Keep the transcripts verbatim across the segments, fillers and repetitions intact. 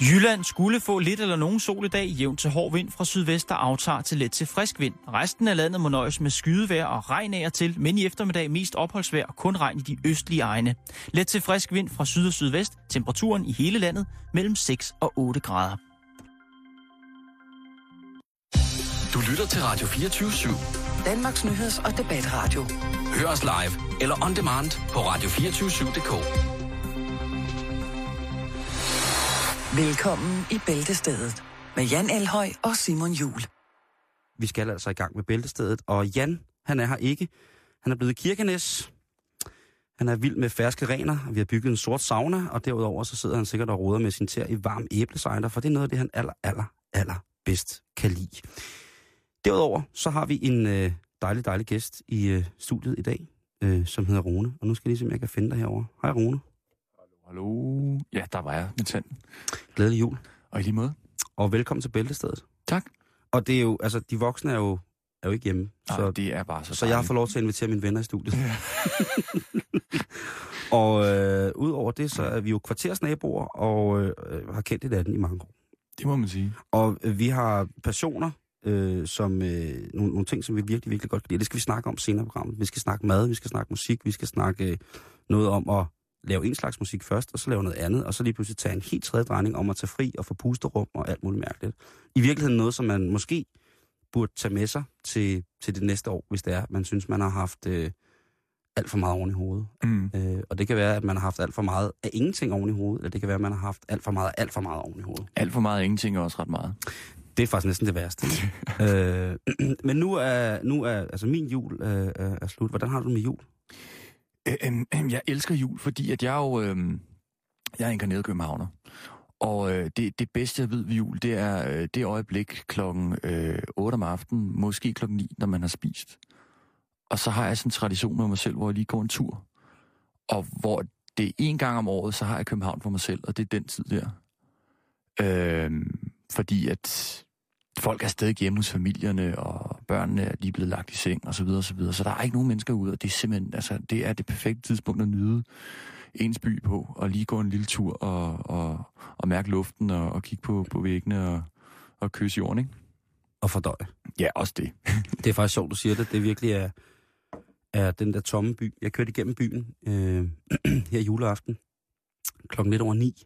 Jylland skulle få lidt eller nogen sol i dag, jævnt til hård vind fra sydvest, der aftager til let til frisk vind. Resten af landet må nøjes med skydevejr og regn af og til, men i eftermiddag mest opholdsvejr og kun regn i de østlige egne. Let til frisk vind fra syd og sydvest, temperaturen i hele landet mellem seks og otte grader. Du lytter til Radio fireogtyve syv. Danmarks nyheds- og debatradio. Hør os live eller on demand på radio to fire syv punktum d k. Velkommen i Bæltestedet med Jan Elhøj og Simon Jul. Vi skal altså i gang med Bæltestedet, og Jan, han er her ikke. Han er blevet i Kirkenes. Han er vild med ferske rener, og vi har bygget en sort sauna, og derudover så sidder han sikkert og roder med sin tær i varm æblecider, for det er noget af det, han aller, aller, aller bedst kan lide. Derudover så har vi en øh, dejlig, dejlig gæst i øh, studiet i dag, øh, som hedder Rune. Og nu skal jeg lige se, om jeg kan finde dig herovre. Hej Rune. Hallo. Ja, der var jeg med tand. Glædelig jul. Og i lige måde. Og velkommen til Bæltestedet. Tak. Og det er jo, altså de voksne er jo, er jo ikke hjemme. Nej, så, det er bare så Så jeg har fået lov til at invitere mine venner i studiet. Ja. Og øh, udover det, så er vi jo kvartersnaboer og øh, har kendt hinanden i mange år. Det må man sige. Og øh, vi har passioner, øh, som øh, nogle, nogle ting, som vi virkelig, virkelig godt kan lide. Det skal vi snakke om senere i programmet. Vi skal snakke mad, vi skal snakke musik, vi skal snakke øh, noget om at lave en slags musik først, og så lave noget andet, og så lige pludselig tage en helt tredje drejning om at tage fri og få pusterum og alt muligt mærkeligt. I virkeligheden noget, som man måske burde tage med sig til, til det næste år, hvis det er, man synes, man har haft øh, alt for meget oven i hovedet. Mm. Øh, og det kan være, at man har haft alt for meget af ingenting oven i hovedet, eller det kan være, at man har haft alt for meget af alt for meget oven i hovedet. Alt for meget af ingenting er også ret meget. Det er faktisk næsten det værste. øh, men nu er, nu er altså min jul øh, er slut. Hvordan har du med jul? Øh, jeg elsker jul, fordi at jeg jo øh, jeg er inkarneret københavner. Og øh, det, det bedste, jeg ved ved jul, det er øh, det øjeblik klokken øh, otte om aftenen, måske klokken ni, når man har spist. Og så har jeg sådan en tradition med mig selv, hvor jeg lige går en tur. Og hvor det er en gang om året, så har jeg København for mig selv, og det er den tid der. Øh, fordi at folk er stadig hjemme hos familierne, og børnene er lige blevet lagt i seng, og så videre, og så videre. Så der er ikke nogen mennesker ude, og det er simpelthen, altså, det er det perfekte tidspunkt at nyde ens by på, og lige gå en lille tur, og, og, og mærke luften, og, og kigge på, på væggene, og, og kysse jorden, ikke? Og fordøje. Ja, også det. Det er faktisk sjovt, du siger det. Det virkelig er, er den der tomme by. Jeg kørte igennem byen øh, her juleaften, klokken lidt over ni.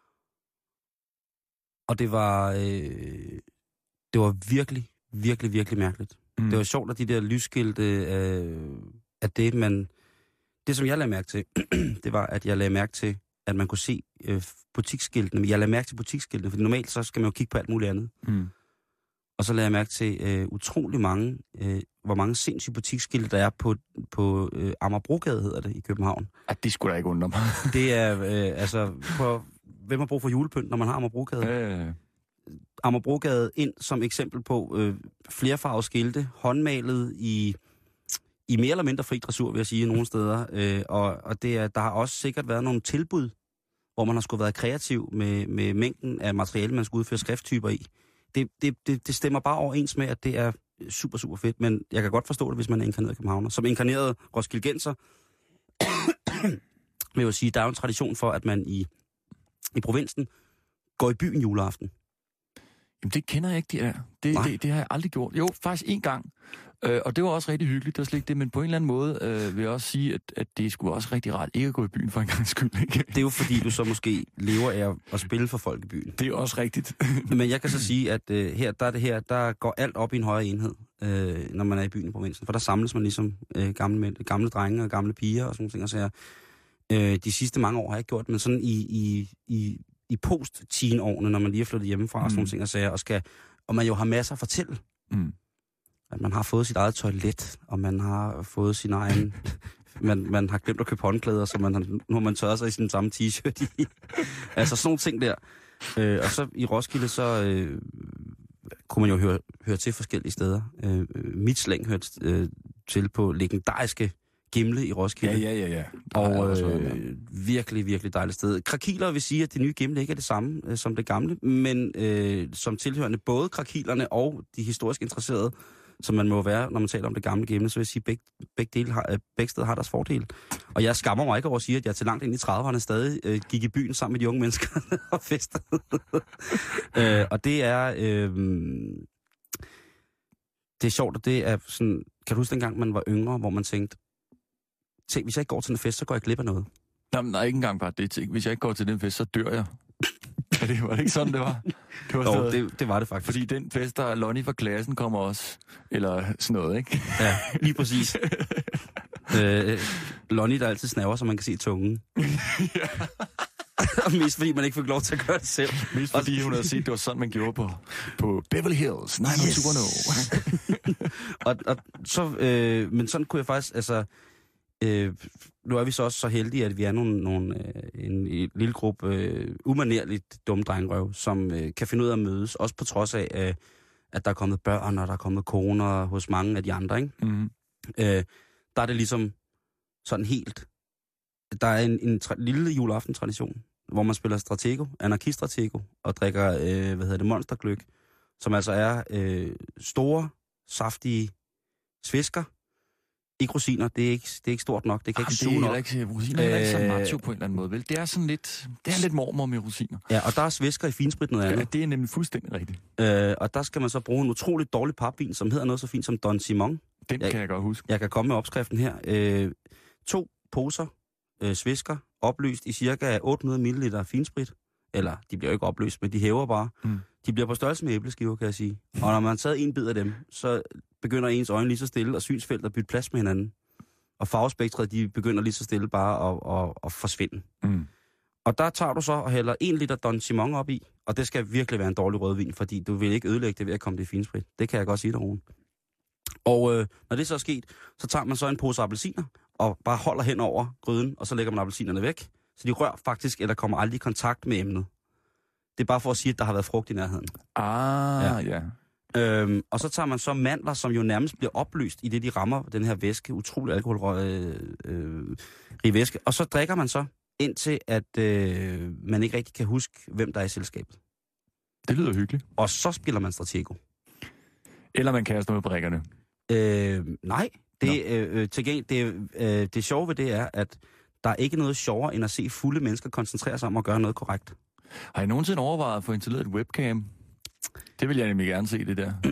Og det var, øh, det var virkelig, virkelig, virkelig mærkeligt. Mm. Det var sjovt, at de der lysskilte, øh, at det, man... Det, som jeg lagde mærke til, det var, at jeg lagde mærke til, at man kunne se øh, butiksskiltene. Men jeg lagde mærke til butiksskiltene, for normalt så skal man jo kigge på alt muligt andet. Mm. Og så lagde jeg mærke til øh, utrolig mange, øh, hvor mange sindssyge butiksskilte, der er på, på øh, Amagerbrogade, hedder det, i København. At det skulle da ikke undre mig. Det er, øh, altså, på, hvem har brug for julepynt, når man har Amagerbrogade? Øh. Amagerbrogade ind som eksempel på øh, flerfarvede skilte, håndmalet i... I mere eller mindre fri dressur, vil jeg sige, nogle steder. Øh, og og det er, der har også sikkert været nogle tilbud, hvor man har skulle været kreativ med, med mængden af materiale, man skulle udføre skrifttyper i. Det, det, det, det stemmer bare overens med, at det er super, super fedt. Men jeg kan godt forstå det, hvis man er inkarneret københavner. Som inkarneret roskildenser, vil jeg sige, der er jo en tradition for, at man i, i provinsen går i byen juleaften. Jamen, det kender jeg ikke, det er. Det, det, det har jeg aldrig gjort. Jo, faktisk en gang. Øh, og det var også rigtig hyggeligt, det var slet ikke det. Men på en eller anden måde øh, vil jeg også sige, at, at det er sgu også rigtig rart ikke at gå i byen for en gang skyld. Ikke? Det er jo fordi, du så måske lever af at spille for folk i byen. Det er også rigtigt. Men jeg kan så sige, at øh, her, der er det her, der går alt op i en højere enhed, øh, når man er i byen i provinsen. For der samles man ligesom øh, gamle, mænd, gamle drenge og gamle piger og sådan nogle ting. Og så her. Øh, de sidste mange år har jeg ikke gjort, men sådan i... i, i i post-teen-årene, når man lige er flyttet hjemmefra mm. og sådan nogle ting og sager, og, skal, og man jo har masser at fortælle. Mm. At man har fået sit eget toilet, og man har fået sin egen... man, man har glemt at købe håndklæder, så man har, nu har man tørret sig i sin samme t-shirt i. Altså sådan nogle ting der. Øh, og så i Roskilde, så øh, kunne man jo høre, høre til forskellige steder. Øh, mit slæng hørte øh, til på legendariske Gimle i Roskilde. Ja, ja, ja. ja. Og øh, virkelig, virkelig dejligt sted. Krakiler vil sige, at det nye Gimle ikke er det samme øh, som det gamle, men øh, som tilhørende både krakilerne og de historisk interesserede, som man må være, når man taler om det gamle game, så vil jeg sige, at begge, begge, dele har, begge steder har deres fordel. Og jeg skammer mig ikke over at sige, at jeg til langt ind i trediverne stadig øh, gik i byen sammen med de unge mennesker og festede. øh, og det er... Øh, det er sjovt, og det er sådan... Kan du huske dengang, man var yngre, hvor man tænkte, tænk, hvis jeg ikke går til en fest, så går jeg glip af noget? Jamen, nej, ikke engang bare det. Tænk, hvis jeg ikke går til den fest, så dør jeg. Ja, det var det ikke sådan, det var? Det var, jo, det, det var det faktisk. Fordi den fest, der Lonnie fra klassen kommer også. Eller sådan noget, ikke? Ja, lige præcis. øh, Lonnie, der altid snaver, så man kan se tungen. Ja. Og mest fordi man ikke fik lov til at gøre det selv. Mest fordi hun havde set, det var sådan, man gjorde på, på Beverly Hills nine oh two one oh. og, og så, øh, men sådan kunne jeg faktisk, altså... Øh, nu er vi så også så heldige, at vi er nogle, nogle, øh, en, en lille gruppe øh, umanerligt dumme drengerøv, som øh, kan finde ud af at mødes, også på trods af, øh, at der er kommet børn, og der er kommet koner hos mange af de andre, ikke? Mm-hmm. Øh, der er det ligesom sådan helt... Der er en, en tra- lille juleaften-tradition, hvor man spiller Stratego, anarkistratego, og drikker, øh, hvad hedder det, monstergløgg, som altså er øh, store, saftige svisker. Ikke rosiner, det er ikke, det er ikke stort nok, det kan Jamen, ikke suge nok. Ikke, rosiner er ikke så macho på en eller anden måde, vel? Det er sådan lidt, det er lidt mormor med rosiner. Ja, og der er svisker i finsprit noget andet. Ja, det er nemlig fuldstændig rigtigt. Øh, og der skal man så bruge en utroligt dårlig papvin, som hedder noget så fint som Don Simon. Den jeg, kan jeg godt huske. Jeg kan komme med opskriften her. Øh, to poser øh, svisker, opløst i cirka otte hundrede milliliter finsprit. Eller, de bliver jo ikke opløst, men de hæver bare. Mm. De bliver på størrelse med æbleskiver, kan jeg sige. Og når man har taget en bid af dem, så begynder ens øjne lige så stille, og synsfeltet at bytte plads med hinanden. Og farvespektret, de begynder lige så stille bare at, at, at forsvinde. Mm. Og der tager du så og hælder en liter Don Simon op i, og det skal virkelig være en dårlig rødvin, fordi du vil ikke ødelægge det ved at komme det i finsprit. Det kan jeg godt sige dig, Rune. Og øh, når det så er sket, så tager man så en pose appelsiner, og bare holder hen over gryden, og så lægger man appelsinerne væk. Så de rører faktisk, eller kommer aldrig i kontakt med emnet. Det er bare for at sige, at der har været frugt i nærheden. Ah, ja. ja. Øhm, og så tager man så mandler, som jo nærmest bliver opløst i det, de rammer den her væske, utrolig alkoholrig øh, øh, væske. Og så drikker man så, indtil at øh, man ikke rigtig kan huske, hvem der er i selskabet. Det lyder hyggeligt. Og så spiller man Stratego. Eller man kaster med brækkerne. Øh, nej, det, øh, til gengæld, det, øh, det sjove ved det er, at der er ikke noget sjovere, end at se fulde mennesker koncentrere sig om at gøre noget korrekt. Har I nogensinde overvejet at få installeret et webcam? Det vil jeg nemlig gerne se, det der.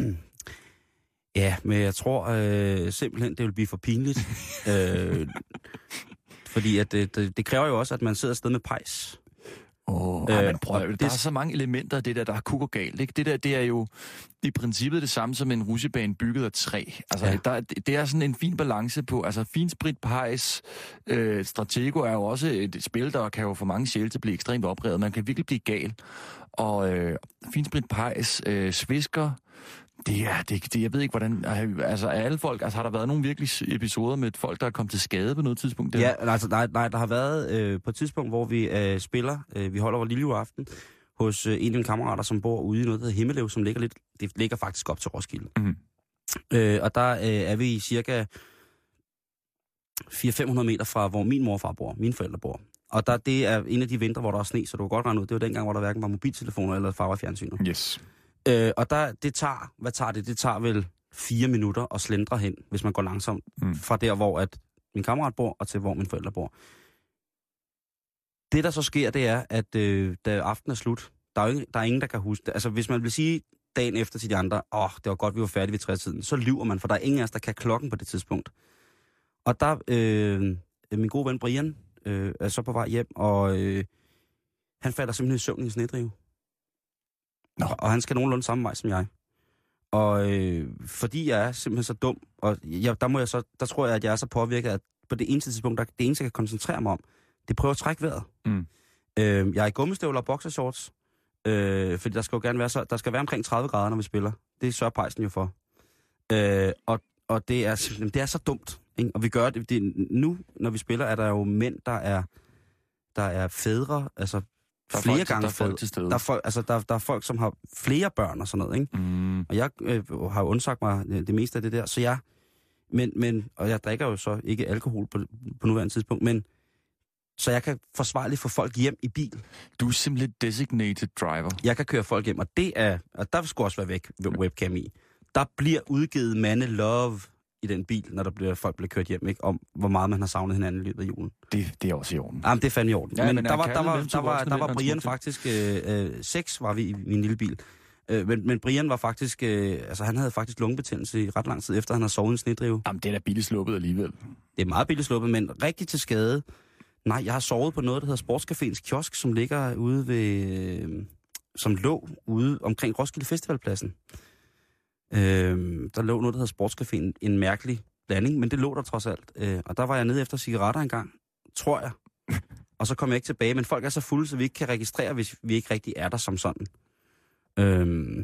Ja, men jeg tror øh, simpelthen, det vil blive for pinligt. øh, fordi at det, det, det kræver jo også, at man sidder et sted med pejs. Åh, oh, øh, prøv, der det... er så mange elementer af det der, der er kuk og galt. Ikke? Det der, det er jo i princippet det samme som en rutsjebane bygget af træ. Altså, ja. der, det er sådan en fin balance på, altså finsprit, pejs, øh, Stratego er jo også et spil, der kan jo få mange sjæle til at blive ekstremt oprevet. Man kan virkelig blive gal. Og øh, finsprit, pejs, øh, svisker, det er, det, det, jeg ved ikke, hvordan, altså er alle folk, altså har der været nogle virkelig episoder med folk, der er kommet til skade på noget tidspunkt? Der? Ja, altså nej, nej, der har været øh, på et tidspunkt, hvor vi øh, spiller, øh, vi holder vores lille juleaften, hos øh, en af mine kammerater, som bor ude i noget, der hedder Himmelev, som ligger lidt, det ligger faktisk op til Roskilde. Mm-hmm. Øh, og der øh, er vi cirka fire til fem hundrede meter fra, hvor min morfar bor, mine forældre bor. Og der, det er en af de vinter, hvor der er sne, så du kan godt regne ud, det var dengang, hvor der hverken var mobiltelefoner eller farvefjernsynet. Yes. Øh, og der, det tager, hvad tager det? Det tager vel fire minutter at slendre hen, hvis man går langsomt, mm. fra der, hvor at min kammerat bor, og til hvor mine forældre bor. Det, der så sker, det er, at øh, da aftenen er slut, der er, jo ingen, der er ingen, der kan huske det. Altså, hvis man vil sige dagen efter til de andre, åh, oh, det var godt, vi var færdige ved tre-tiden, så lyver man, for der er ingen af os, der kan klokken på det tidspunkt. Og der, øh, min gode ven Brian, øh, er så på vej hjem, og øh, han falder simpelthen i søvn i snedrive. Nå. Og han skal nogenlunde samme vej som jeg. Og øh, fordi jeg er simpelthen så dum, og jeg, der, må jeg så, der tror jeg, at jeg er så påvirket, at på det eneste tidspunkt, der, det eneste, jeg kan koncentrere mig om, det prøver at trække vejret. Mm. Øh, jeg er i gummistøvler og boxershorts, øh, fordi der skal jo gerne være, så, der skal være omkring tredive grader, når vi spiller. Det sørger pejsen jo for. Øh, og og det, er, det er så dumt. Ikke? Og vi gør det, det, nu, når vi spiller, er der jo mænd, der er, der er fædre, altså der er flere folk, gange der er folk til stede. Der er folk, altså der, der er folk, som har flere børn og sådan noget, ikke? Mm. Og jeg øh, har jo undsagt mig det, det meste af det der, så jeg, men, men, og jeg drikker jo så ikke alkohol på, på nuværende tidspunkt, men så jeg kan forsvarligt få folk hjem i bil. Du er simpelthen designated driver. Jeg kan køre folk hjem, og det er, og der skulle også være væk webcam i. der bliver udgivet Mande Love i den bil, når der bliver, folk bliver kørt hjem, ikke? Om hvor meget man har savnet hinanden i løbet af julen. Det, det er også i orden. Jamen, det er fandme i orden. Ja, men, men der var, er der var, kærlighed der var, mellem der to var voksne Brian mænd, faktisk, øh, øh, seks var vi i min lille bil. Øh, men, men Brian var faktisk, øh, altså han havde faktisk lungebetændelse i ret lang tid efter, han havde sovet i en snedrive. Jamen, det er da billigt sluppet alligevel. Det er meget billigt sluppet, men rigtig til skade. Nej, jeg har sovet på noget, der hedder Sportscaféens kiosk, som ligger ude ved, øh, som lå ude omkring Roskilde Festivalpladsen. Øh, der lå noget, der hedder Sportscaféen, en mærkelig blanding, men det lå der trods alt. Øh, og der var jeg nede efter cigaretter engang, tror jeg. Og så kom jeg ikke tilbage, men folk er så fulde, så vi ikke kan registrere, hvis vi ikke rigtig er der som sådan. Øh,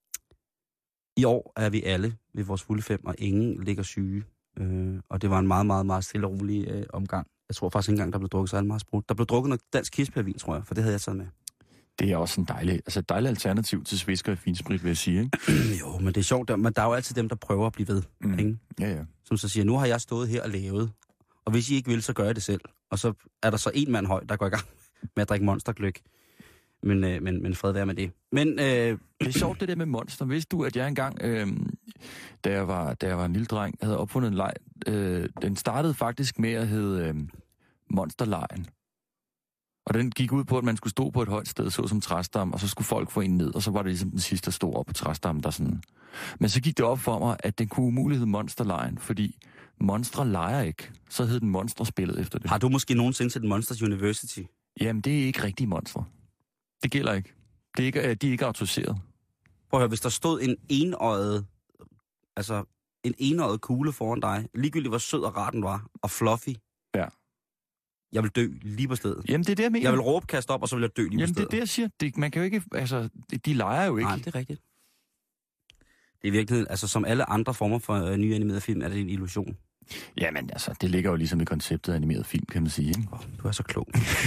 I år er vi alle ved vores fulde fem, og ingen ligger syge. Øh, og det var en meget, meget, meget stille og rolig øh, omgang. Jeg tror faktisk ikke engang, der blev drukket så meget sprut. Der blev drukket noget dansk kirsebærvin, tror jeg, for det havde jeg taget med. Det er også en dejlig, altså et dejligt alternativ til svisker og finsprit, vil jeg sige, ikke? Jo, men det er sjovt, men der er jo altid dem, der prøver at blive ved, Mm. ikke? Ja, ja. Som så siger, nu har jeg stået her og lavet, og hvis I ikke vil, så gør jeg det selv. Og så er der så en mand høj, der går i gang med at drikke monstergløk. Men, øh, men, men fred være med det. Men øh, Det er sjovt, det der med monster. Vidste du, at jeg engang, øh, da, jeg var, da jeg var en lille dreng, havde opfundet en leg. Øh, den startede faktisk med at hedde øh, Monsterlejen. Og den gik ud på, at man skulle stå på et højt sted, så som træstam, og så skulle folk få en ned, og så var det ligesom den sidste, der stod op på træstammen. Der sådan. Men så gik det op for mig, at den kunne umuligt hedde Monsterlejen, fordi monstre leger ikke. Så hed den Monsterspillet efter det. har du måske nogensinde set Monsters University? Jamen, det er ikke rigtige monstre. Det gælder ikke. Det er ikke de er ikke autoriseret. Prøv at høre, hvis der stod en enøjet, altså en enøjet kugle foran dig, ligegyldigt hvor sød og rar den var, og fluffy. Ja. Jeg vil dø lige på stedet. Jamen, det er det, jeg mener. Jeg vil råbe, kaste op, og så vil jeg dø lige Jamen, på det stedet. er det, jeg siger. Det, man kan jo ikke, altså, de, de leger jo ikke. Nej, det er rigtigt. Det er virkelig, altså som alle andre former for øh, nye animerede film, er det en illusion. Jamen, altså, det ligger jo ligesom i konceptet af animeret film, kan man sige, ikke? Oh, du er så klog.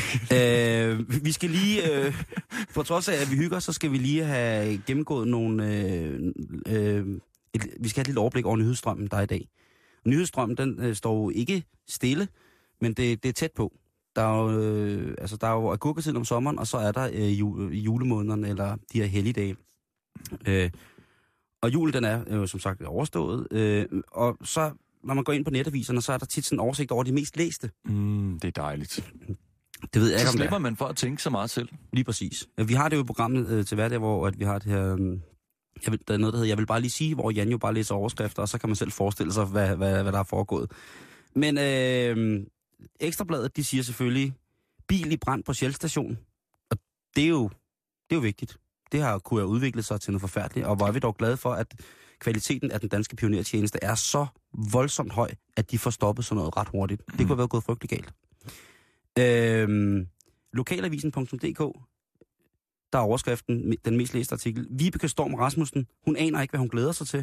øh, vi skal lige, øh, på trods af, at vi hygger, så skal vi lige have gennemgået nogle, øh, øh, et, vi skal have et lille overblik over nyhedsstrømmen, der er i dag. Nyhedsstrømmen, den øh, står jo ikke stille, men det, det er tæt på. Der er jo, øh, altså, der er jo agurketiden om sommeren, og så er der øh, jule, julemånederne, eller de her helligdage. Øh, og julen, den er øh, som sagt overstået, øh, og så når man går ind på netaviserne, så er der tit sådan en oversigt over de mest læste. Mm, det er dejligt. Det ved jeg ikke, Så om det slipper er. man for at tænke så meget selv. Lige præcis. Vi har det jo i programmet øh, til hverdag, hvor at vi har det her... Øh, jeg vil, der er noget, der hedder, jeg vil bare lige sige, hvor Jan jo bare læser overskrifter, og så kan man selv forestille sig, hvad, hvad, hvad der er foregået. Men øh, Ekstrabladet, de siger selvfølgelig, bil i brand på Shell station. Og det er jo, det er jo vigtigt. Det har kunne have udviklet sig til noget forfærdeligt, og hvor er vi dog glade for, at kvaliteten af den danske pionertjeneste er så voldsomt høj, at de får stoppet sådan noget ret hurtigt. Det kunne have været gået frygtelig galt. Øhm, lokalavisen punktum d k, der er overskriften, den mest læste artikel. Vibeke Storm Rasmussen, hun aner ikke, hvad hun glæder sig til.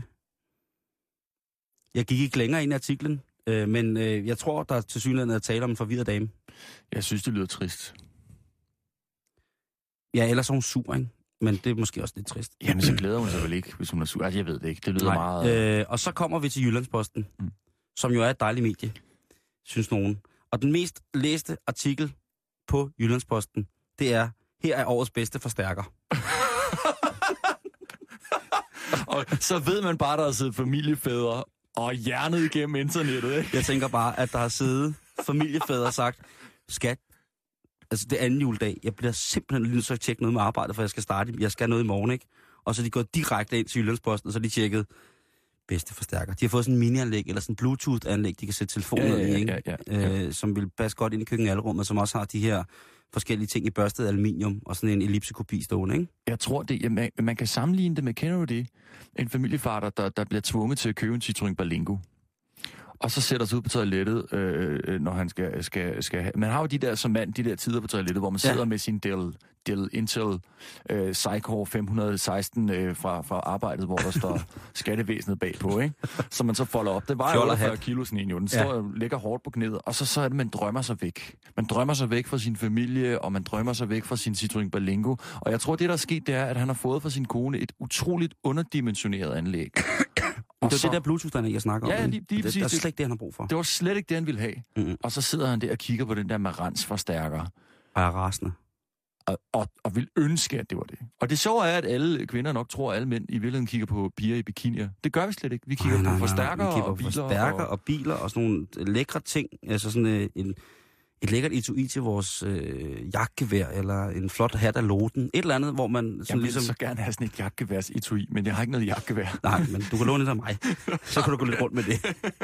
Jeg gik ikke længere ind i artiklen, øh, men øh, jeg tror, der til synligheden er tale om en forvirret dame. Jeg synes, det lyder trist. Ja, ellers er hun sur, ikke? Men det er måske også lidt trist. Jamen, så glæder hun sig vel ikke, hvis hun er sur. Altså, jeg ved det ikke. Det lyder Nej. meget... Øh, og så kommer vi til Jyllandsposten, mm. som jo er et dejligt medie, synes nogen. Og den mest læste artikel på Jyllandsposten, det er, her er årets bedste forstærker. Og så ved man bare, der har siddet familiefædre og hjernet igennem internettet, ikke? Jeg tænker bare, at der har siddet familiefædre og sagt, skat, altså det er anden juledag, jeg bliver simpelthen nødt til at tjekke noget med arbejdet, for jeg skal starte, jeg skal noget i morgen, ikke? Og så er de gået direkte ind til Jyllandsposten, og så har de tjekket bedste forstærker. De har fået sådan en mini-anlæg, eller sådan en Bluetooth-anlæg, de kan sætte telefonen ja, ja, ja, i, ikke? Ja, ja, ja. Øh, som vil passe godt ind i køkkenalrummet, som også har de her forskellige ting i børstet aluminium, og sådan en ellipsekopi stående, ikke? Jeg tror, det, man, man kan sammenligne det med, kender du det? En familiefar, der, der bliver tvunget til at købe en Citroën Berlingo. Og så sætter sig ud på toilettet, øh, når han skal, skal, skal have... Man har jo de der, som mand, de der tider på toilettet, hvor man sidder ja. med sin Dell, Dell Intel øh, Psycore fem hundrede seksten øh, fra, fra arbejdet, hvor der står skattevæsenet bagpå, ikke? Så man så folder op. Det var jo otteogfyrre kilo sådan en jo. Den står og ja. ligger hårdt på knæet. Og så, så er det, man drømmer sig væk. Man drømmer sig væk fra sin familie, og man drømmer sig væk fra sin Citroën Berlingo. Og jeg tror, det der er sket, det er, at han har fået fra sin kone et utroligt underdimensioneret anlæg. Og det er så, det der Bluetooth-anlæg, jeg snakker ja, om. lige, lige det, det er slet ikke det, han har brug for. Det var slet ikke det, han ville have. Mm-hmm. Og så sidder han der og kigger på den der Marantz-forstærker. Og er rasende. Og, og, og vil ønske, at det var det. Og det sjove er, at alle kvinder nok tror, at alle mænd i virkeligheden kigger på piger i bikinier. Det gør vi slet ikke. Vi kigger nej, nej, på forstærkere nej, vi og biler. forstærker og... og biler og sådan nogle lækre ting. Altså sådan øh, en, et lækkert etui til vores øh, jakkegevær, eller en flot hat af loten. Et eller andet, hvor man... Sådan jeg vil ligesom... så gerne have sådan et jakkeværs etui, men jeg har ikke noget jakkegevær. Nej, men du kan låne det af mig. Så kan du gå lidt rundt med det.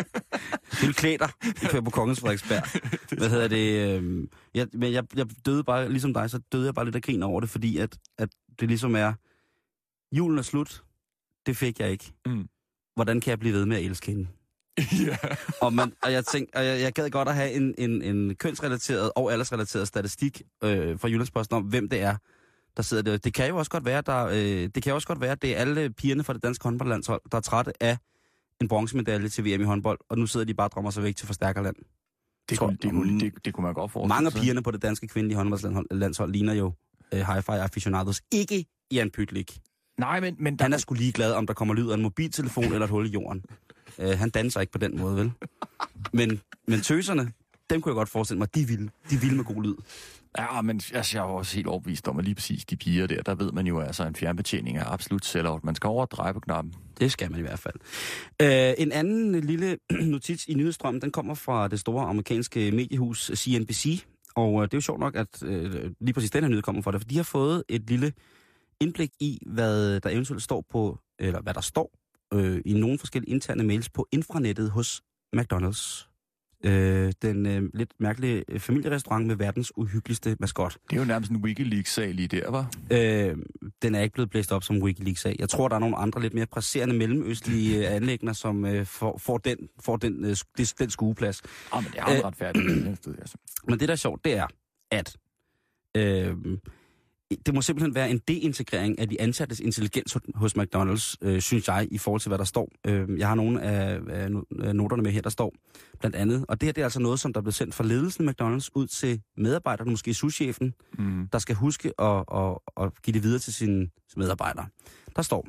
Du vil klæde dig, du kører på Kongens Frederiksberg. Hvad hedder det? Øh, jeg, men jeg, jeg døde bare, ligesom dig, så døde jeg bare lidt af grin over det, fordi at, at det ligesom er... Julen er slut. Det fik jeg ikke. Mm. Hvordan kan jeg blive ved med at elske hende? Ja. og, man, og jeg tænkte, og jeg, jeg gad godt at have en, en, en kønsrelateret og aldersrelateret statistik øh, fra Jyllandsposten om, hvem det er, der sidder der. Det kan jo også godt være, der, øh, det kan jo også godt være, at det er alle pigerne fra det danske håndboldlandshold, der er trætte af en bronzemedalje til V M i håndbold, og nu sidder de bare og drømmer sig væk til forstærkerland. Det, Tror, kunne, det, kunne, det, det kunne man godt forestille. Mange af pigerne på det danske kvindelige håndboldlandshold ligner jo øh, hi-fi aficionados, ikke Jan Pytlik. Nej, men... men der... Han er sgu ligeglad, om der kommer lyd af en mobiltelefon eller et hul i jorden. Uh, han danser ikke på den måde, vel? Men, men tøserne, dem kunne jeg godt forestille mig, de vil, de vil med god lyd. Ja, men altså, jeg er også helt overbevist om, at lige præcis de piger der, der ved man jo, altså en fjernbetjening er absolut sellout. Man skal over og dreje på knappen. Det skal man i hvert fald. Uh, en anden lille notits i nyhedsstrømmen, den kommer fra det store amerikanske mediehus C N B C. Og uh, det er jo sjovt nok, at uh, lige præcis den her nyhed kommer fra det, for de har fået et lille indblik i, hvad der eventuelt står på, eller hvad der står øh, i nogle forskellige interne mails på infranettet hos McDonald's. Øh, den øh, lidt mærkelige familierestaurant med verdens uhyggeligste maskot. Det er jo nærmest en WikiLeaks-sag lige der, var. Øh, den er ikke blevet blæst op som WikiLeaks-sag. Jeg tror, der er nogle andre lidt mere presserende mellemøstlige øh, anliggender, som øh, får, får den, får den, øh, den skueplads. Ja, men det er jo øh, retfærdigt. Altså. Men det, der er sjovt, det er, at øh, det må simpelthen være en deintegrering af de ansattes intelligens hos McDonald's, øh, synes jeg, i forhold til, hvad der står. Øh, jeg har nogle af, af noterne med her, der står blandt andet. Og det her det er altså noget, som der blev sendt fra ledelsen af McDonald's ud til medarbejderne, måske souschefen, mm. der skal huske at, at, at give det videre til sine medarbejdere. Der står...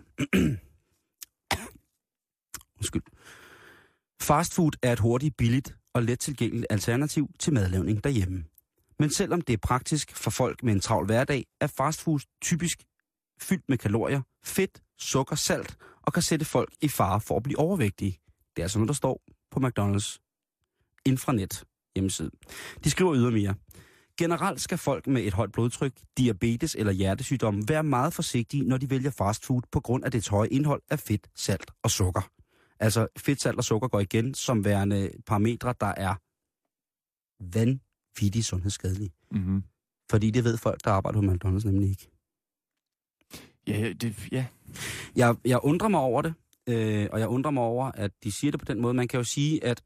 Undskyld. Fast food er et hurtigt, billigt og let tilgængeligt alternativ til madlavning derhjemme. Men selvom det er praktisk for folk med en travl hverdag, er fastfood typisk fyldt med kalorier, fedt, sukker, salt og kan sætte folk i fare for at blive overvægtige. Det er altså noget, der står på McDonald's intranet hjemmeside. De skriver ydermere. Generelt skal folk med et højt blodtryk, diabetes eller hjertesygdom være meget forsigtige, når de vælger fastfood på grund af dets høje indhold af fedt, salt og sukker. Altså fedt, salt og sukker går igen som værende parametre, der er vanvittigt sundhedsskadelige. Mm-hmm. Fordi det ved folk, der arbejder på McDonald's nemlig ikke. Ja, det, ja. Jeg, jeg undrer mig over det, øh, og jeg undrer mig over, at de siger det på den måde. Man kan jo sige, at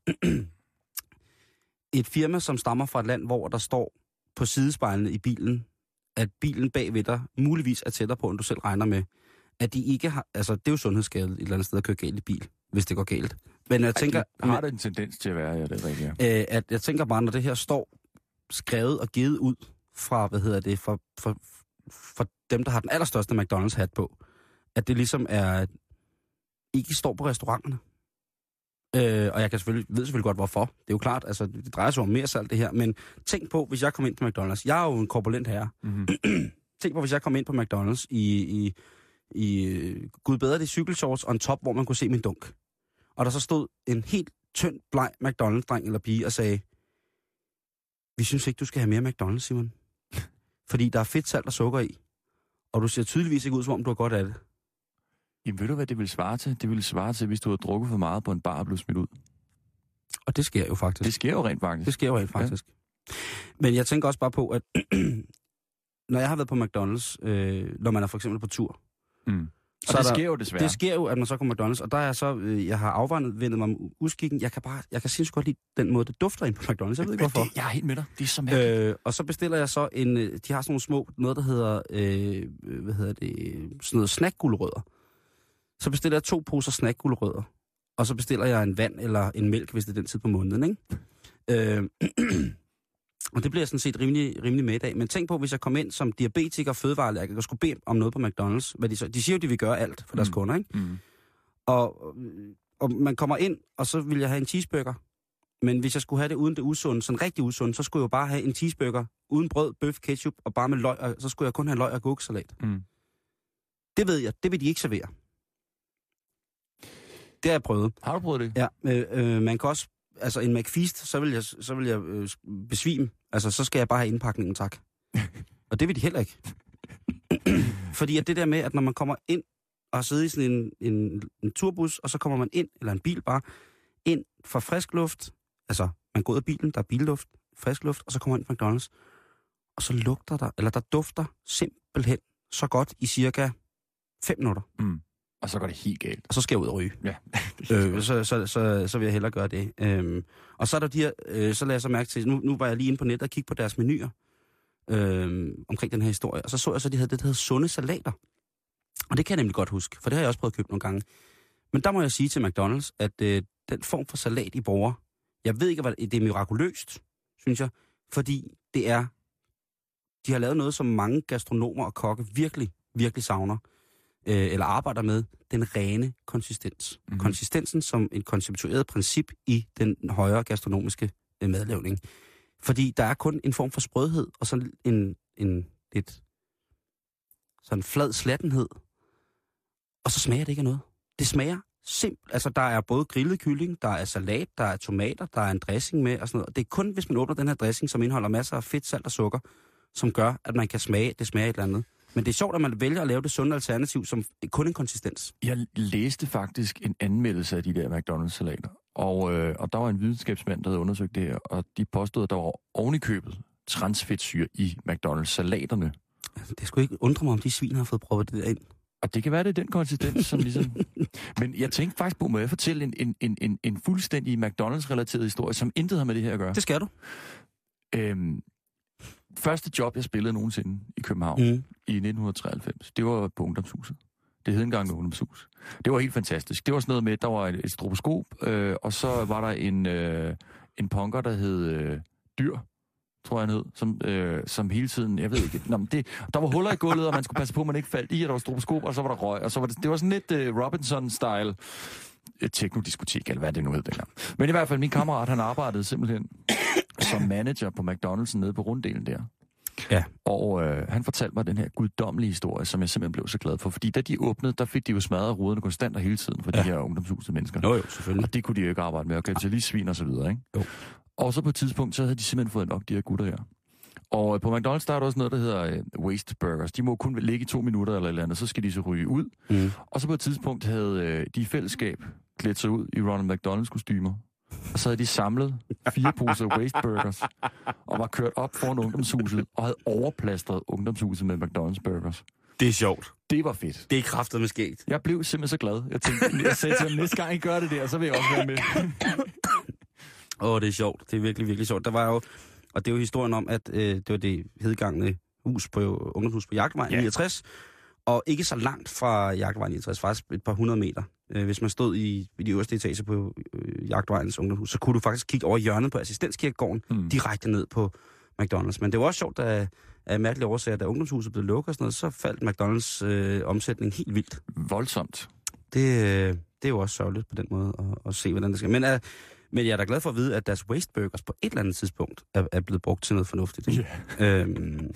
et firma, som stammer fra et land, hvor der står på sidespejlene i bilen, at bilen bagved dig muligvis er tættere på, end du selv regner med, at de ikke har... Altså, det er jo sundhedsskadeligt et eller andet sted at køre galt i bil, hvis det går galt. Men jeg tænker... Ej, har det en tendens til at være, ja, det er rigtigt. Øh, at jeg tænker bare, når det her står skrevet og givet ud fra, hvad hedder det, fra, fra, fra dem, der har den allerstørste McDonald's-hat på, at det ligesom er... ikke står på restauranterne. Øh, og jeg kan selvfølgelig, ved selvfølgelig godt, hvorfor. Det er jo klart, altså, det drejer sig om mere salt, det her. Men tænk på, hvis jeg kommer ind på McDonald's. Jeg er jo en korpulent herre. Mm-hmm. Tænk på, hvis jeg kom ind på McDonald's i, i, i Gud bedre det, cykelshorts og en top, hvor man kunne se min dunk. Og der så stod en helt tynd, bleg McDonald's-dreng eller pige og sagde, vi synes ikke, du skal have mere McDonald's, Simon. Fordi der er fedt, salt og sukker i. Og du ser tydeligvis ikke ud, som om du har godt af det. Jamen ved du, hvad det vil svare til? Det vil svare til, hvis du har drukket for meget på en bar og blevet smidt ud. Og det sker jo faktisk. Det sker jo rent faktisk. Det sker jo rent faktisk. Ja. Men jeg tænker også bare på, at når jeg har været på McDonald's, øh, når man er for eksempel på tur. Mm. Og så det sker der, jo desværre. Det sker jo, at man så kommer på McDonald's, og der er så, øh, jeg har afvendet mig om uskikken. Jeg kan bare, jeg kan sindssygt godt lide den måde, det dufter ind på McDonald's. Jeg ved ikke hvorfor. Det, jeg er helt med dig. Det er så mærkeligt. Øh, og så bestiller jeg så en, de har sådan nogle små, noget der hedder, øh, hvad hedder det, sådan noget snackgulerødder. Så bestiller jeg to poser snackgulerødder, og så bestiller jeg en vand eller en mælk, hvis det er den tid på måneden, ikke? Øh, og det bliver jeg sådan set rimelig, rimelig med i dag. Men tænk på, hvis jeg kommer ind som diabetiker og fødevareallergiker og skulle bede om noget på McDonald's, hvad de så... De siger jo, de vil gøre alt for deres mm. kunder, ikke? Mm. Og, og man kommer ind, og så vil jeg have en cheeseburger Men hvis jeg skulle have det uden det usunde, sådan rigtig usunde, så skulle jeg jo bare have en cheeseburger uden brød, bøf, ketchup og bare med løg, og så skulle jeg kun have løg og gurkesalat. Mm. Det ved jeg, det vil de ikke servere. Det har jeg prøvet. Har du prøvet det? Ja, øh, øh, man kan også, altså en McFeast, så vil jeg, så vil jeg øh, besvime. Altså, så skal jeg bare have indpakningen, tak. Og det vil de heller ikke. Fordi at det der med, at når man kommer ind og sidder i sådan en, en, en turbus, og så kommer man ind, eller en bil bare, ind for frisk luft, altså man går ud af bilen, der er billuft, frisk luft, og så kommer man ind på McDonald's, og så lugter der, eller der dufter simpelthen så godt i cirka fem minutter. Mm. Og så går det helt galt. Og så skal jeg ud og ryge. Ja. øh, så, så, så, så vil jeg hellere gøre det. Øhm, og så er der de her, øh, så lader jeg så mærke til, nu, nu var jeg lige inde på nettet og kigge på deres menuer øh, omkring den her historie, og så så jeg så, de havde det, der hedder sunde salater. Og det kan jeg nemlig godt huske, for det har jeg også prøvet at købe nogle gange. Men der må jeg sige til McDonald's, at øh, den form for salat, I bruger, jeg ved ikke, hvad det er mirakuløst, synes jeg, fordi det er, de har lavet noget, som mange gastronomer og kokke virkelig, virkelig savner, øh, eller arbejder med, den rene konsistens. Mm-hmm. Konsistensen som et konceptueret princip i den højere gastronomiske øh, madlavning. Fordi der er kun en form for sprødhed, og sådan en, en lidt sådan flad slattenhed, og så smager det ikke af noget. Det smager simpelt. Altså, der er både grillet kylling, der er salat, der er tomater, der er en dressing med og sådan noget. Det er kun, hvis man åbner den her dressing, som indeholder masser af fedt, salt og sukker, som gør, at man kan smage, det smager et eller andet. Men det er sjovt, at man vælger at lave det sunde alternativ, som kun en konsistens. Jeg læste faktisk en anmeldelse af de der McDonald's-salater, og, øh, og der var en videnskabsmand, der havde undersøgt det her, og de påstod, at der var ovenikøbet transfedtsyre i McDonald's-salaterne. Det skulle ikke undre mig, om de svin har fået proppet det der ind. Og det kan være, det er den konsistens, som ligesom... Men jeg tænkte faktisk på, må jeg fortælle en, en, en, en, en fuldstændig McDonald's-relateret historie, som intet har med det her at gøre? Det skal du. Øhm, første job, jeg spillede nogensinde i København mm. i nitten treoghalvfems, det var på Ungdomshuset. Det hed engang Ungdomshus. Det var helt fantastisk. Det var sådan noget med, at der var et, et stroboskop, øh, og så var der en, øh, en punker, der hed øh, Dyr, tror jeg han hed, som, øh, som hele tiden, jeg ved ikke, nå, men det, der var huller i gulvet, og man skulle passe på, at man ikke faldt i, og der var stroboskop, og så var der røg, og så var det, det var sådan lidt øh, Robinson-style øh, teknodiskotek, eller hvad det nu hed dengang. Men i hvert fald, min kammerat, han arbejdede simpelthen som manager på McDonald's nede på runddelen der. Ja. Og øh, han fortalte mig den her guddommelige historie, som jeg simpelthen blev så glad for. Fordi da de åbnede, der fik de jo smadret ruderne konstant og hele tiden for ja. de her ungdomshusede mennesker. Jo, jo, selvfølgelig. Og det kunne de jo ikke arbejde med, og kapitalistsvin og så videre, ikke? Jo. Og så på et tidspunkt, så havde de simpelthen fået nok de her gutter her. Og på McDonald's, der er der også noget, der hedder uh, waste burgers. De må kun ligge i to minutter eller et eller andet, så skal de så ryge ud. Mm. Og så på et tidspunkt havde uh, de i fællesskab klædt sig ud i Ronald McDonald's-kostymer. Og så havde de samlet fire poser waste burgers, og var kørt op foran ungdomshuset, og havde overplastret ungdomshuset med McDonald's burgers. Det er sjovt. Det var fedt. Det er kraftedeme skægt. Jeg blev simpelthen så glad. Jeg tænkte, jeg sagde til ham, næste gang I gør det der, så vil jeg også være med. Åh, oh, det er sjovt. Det er virkelig, virkelig sjovt. Der var jo, og det er jo historien om, at øh, det var det hedgangne hus på ungdomshus på Jagtvej yeah. niogtres, og ikke så langt fra Jagtvej niogtres, faktisk et par hundrede meter. Øh, hvis man stod i, i de øverste etage på øh, Jagtvejens ungdomshus, så kunne du faktisk kigge over hjørnet på Assistenskirkegården, mm. direkte ned på McDonald's. Men det var også sjovt, at af mærkelige årsager, da ungdomshuset blev lukket og sådan noget, så faldt McDonald's øh, omsætning helt vildt. Voldsomt. Det, øh, det er jo også sørgeligt på den måde at, at se, hvordan det skal. Men, øh, men jeg er da glad for at vide, at deres waste burgers på et eller andet tidspunkt er, er blevet brugt til noget fornuftigt. Ikke? Yeah. Øhm,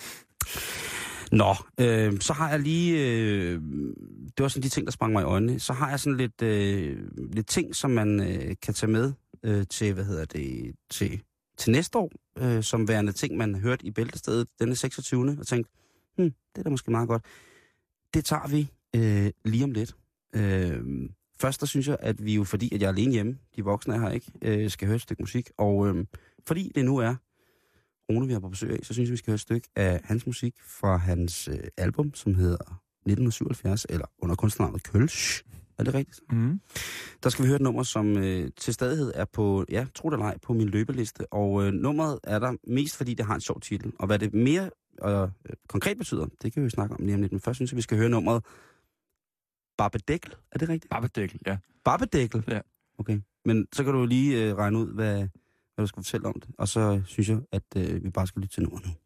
nå, øh, så har jeg lige... Øh, det var sådan de ting, der sprang mig i øjnene. Så har jeg sådan lidt, øh, lidt ting, som man øh, kan tage med øh, til, hvad hedder det, til... til næste år, øh, som værende ting, man har hørt i Bæltestedet denne seksogtyvende og tænkt, hm, det er da måske meget godt. Det tager vi øh, lige om lidt. Øh, først, der synes jeg, at vi jo, fordi at jeg er alene hjemme, de voksne er her ikke, øh, skal høre et stykke musik. Og øh, fordi det nu er Rune, vi har på besøg af, så synes jeg, vi skal høre et stykke af hans musik fra hans øh, album, som hedder nitten syvoghalvfjerds, eller under kunstnernavnet Kölsch. Er det rigtigt? Mm. Der skal vi høre et nummer, som øh, til stadighed er på, ja, tro det eller ej, på min løbeliste. Og øh, nummeret er der mest, fordi det har en sjov titel. Og hvad det mere øh, konkret betyder, det kan vi jo snakke om lige om lidt. Men først synes jeg, vi skal høre nummeret Barbedækkel. Er det rigtigt? Barbedækkel, ja. Barbedækkel? Ja. Okay. Men så kan du lige øh, regne ud, hvad, hvad du skal fortælle om det. Og så synes jeg, at øh, vi bare skal lytte til nummeret nu.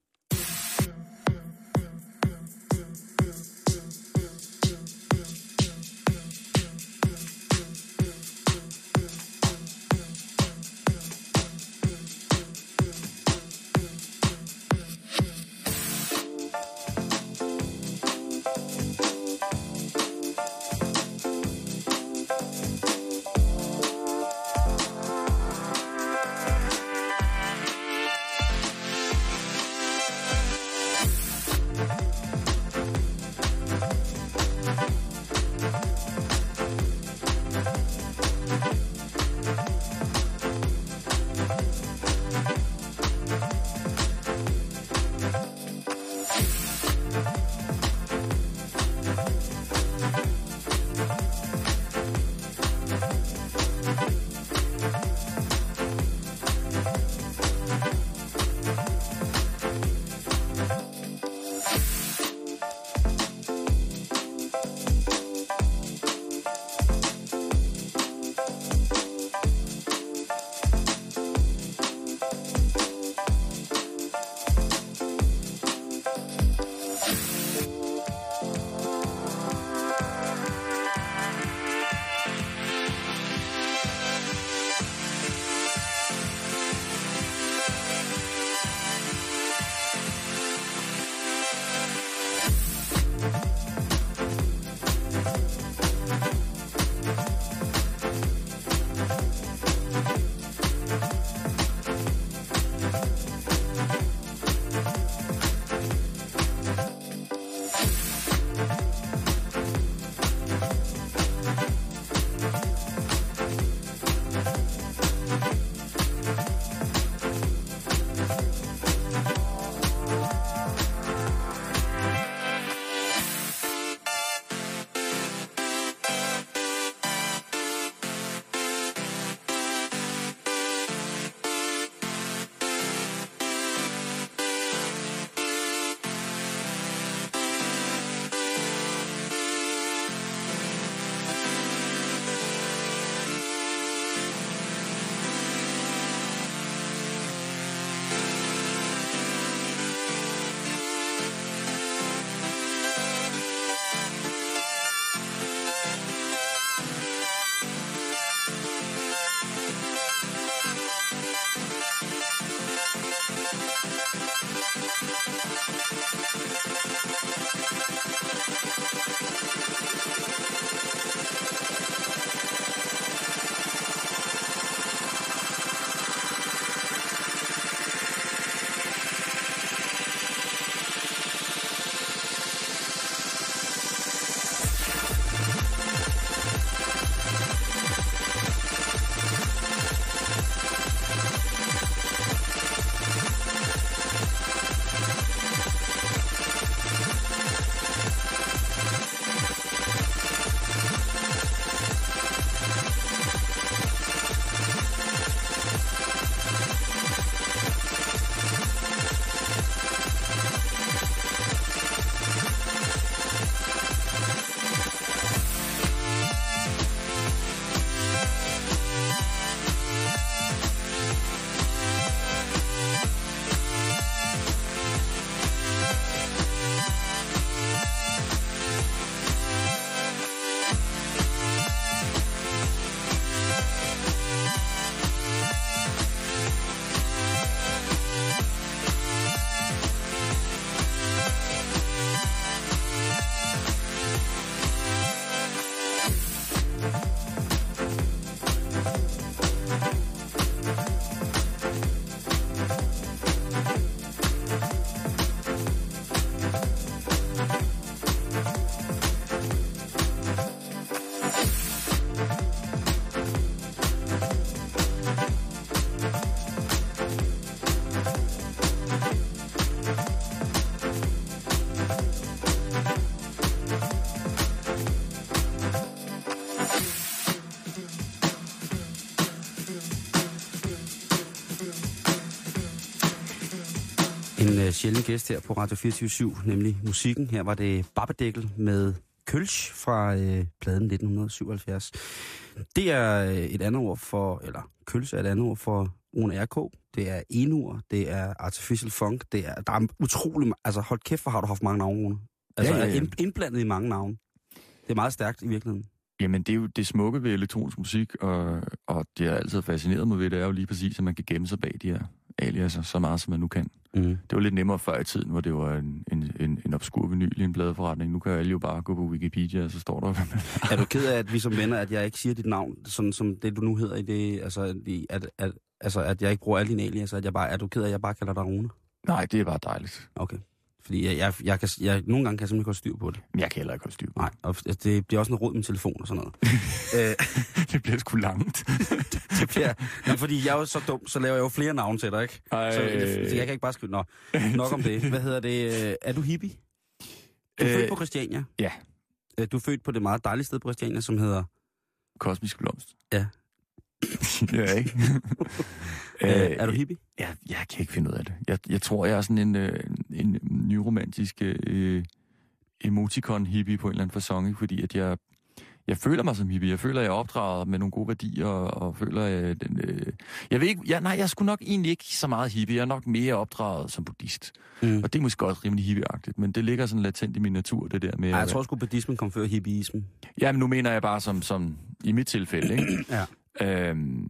En uh, sjælden gæst her på Radio fireogtyve syv, nemlig musikken. Her var det Babbedækkel med Kölsch fra uh, pladen nitten syvoghalvfjerds. Det er uh, et andet ord for, eller Kölsch er et andet ord for Rune R K. Det er Enur, det er Artificial Funk, det er, der er utrolig, altså hold kæft, hvor har du haft mange navne, Rune. Altså ja, ja, ja. Er indblandet i mange navne. Det er meget stærkt i virkeligheden. Jamen, det er jo det smukke ved elektronisk musik, og, og det er altid fascineret mig ved, det er jo lige præcis, at man kan gemme sig bag de her aliaser så meget, som man nu kan. Mm. Det var lidt nemmere før i tiden, hvor det var en, en, en, en obskur vinyl i en pladeforretning. Nu kan alle jo bare gå på Wikipedia, og så står der... Er du ked af, at vi som venner, at jeg ikke siger dit navn, sådan som det, du nu hedder i det, altså, at, at, altså, at jeg ikke bruger alle dine aliaser, at jeg bare, er du ked af, at jeg bare kalder dig Rune? Nej, det er bare dejligt. Okay. Fordi jeg, jeg, jeg kan, jeg, nogle gange kan jeg simpelthen ikke holde styr på det. Men jeg kan heller ikke holde styr på det. Nej, og det bliver også en rod med telefon og sådan noget. Æ, det bliver sgu langt. det, det bliver, nej, fordi jeg er jo så dum, så laver jeg jo flere navne til dig, ikke? Ej. Så, så jeg kan ikke bare skrive, nå, nok om det. Hvad hedder det? Er du hippie? Du er øh, født på Christiania? Ja. Du er født på det meget dejlige sted på Christiania, som hedder... Kosmisk Blomst. Ja. ja, ikke? øh, er du hippie? Ja, jeg kan ikke finde ud af det. Jeg, jeg tror, jeg er sådan en, øh, en nyromantisk øh, emoticon-hippie på en eller anden facon, fordi at jeg, jeg føler mig som hippie. Jeg føler, at jeg er opdraget med nogle gode værdier, og, og føler, at den, øh, jeg ved ikke, jeg, nej, jeg er sgu nok egentlig ikke så meget hippie. Jeg er nok mere opdraget som buddhist. Mm. Og det er måske også rimelig hippieagtigt, men det ligger sådan latent i min natur, det der med... Ej, jeg tror sgu, buddhismen kom før hippieismen. Ja, men nu mener jeg bare som, som i mit tilfælde, ikke? ja. Øhm,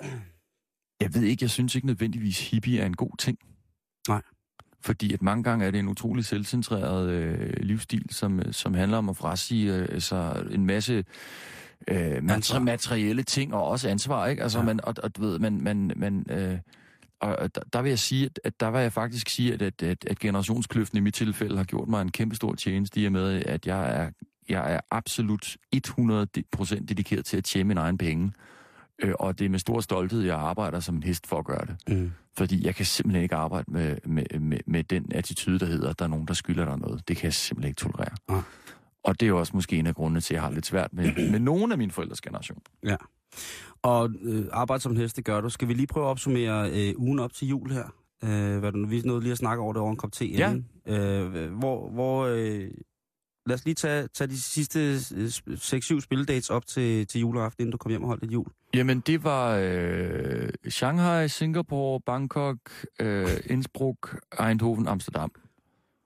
jeg ved ikke, jeg synes ikke nødvendigvis hippie er en god ting. Nej. Fordi at mange gange er det en utrolig selvcentreret øh, livsstil, som, som handler om at frasige øh, altså en masse øh, materi- materielle ting, og også ansvar, ikke? Altså, ja. man, og, og du ved, man... man, man øh, og der, der vil jeg sige, at, at der vil jeg faktisk sige, at, at, at, at generationskløften i mit tilfælde har gjort mig en kæmpe stor tjeneste i og med, at jeg er, jeg er absolut hundrede procent dedikeret til at tjene mine egne penge. Og det er med stor stolthed, jeg arbejder som en hest for at gøre det. Mm. Fordi jeg kan simpelthen ikke arbejde med, med, med, med den attitude, der hedder, at der er nogen, der skylder dig noget. Det kan jeg simpelthen ikke tolerere. Ah. Og det er også måske en af grundene til, at jeg har lidt svært med, med nogen af mine forældres generation. Ja. Og øh, arbejde som en hest, det gør du. Skal vi lige prøve at opsummere øh, ugen op til jul her? Øh, hvad du, vi nåede lige at snakke over det over en kop te inden. Ja. Øh, hvor... hvor øh, Lad os lige tage, tage de sidste seks syv spilledates op til, til juleaften, inden du kom hjem og holdt et jul. Jamen, det var øh, Shanghai, Singapore, Bangkok, øh, Innsbruck, Eindhoven, Amsterdam.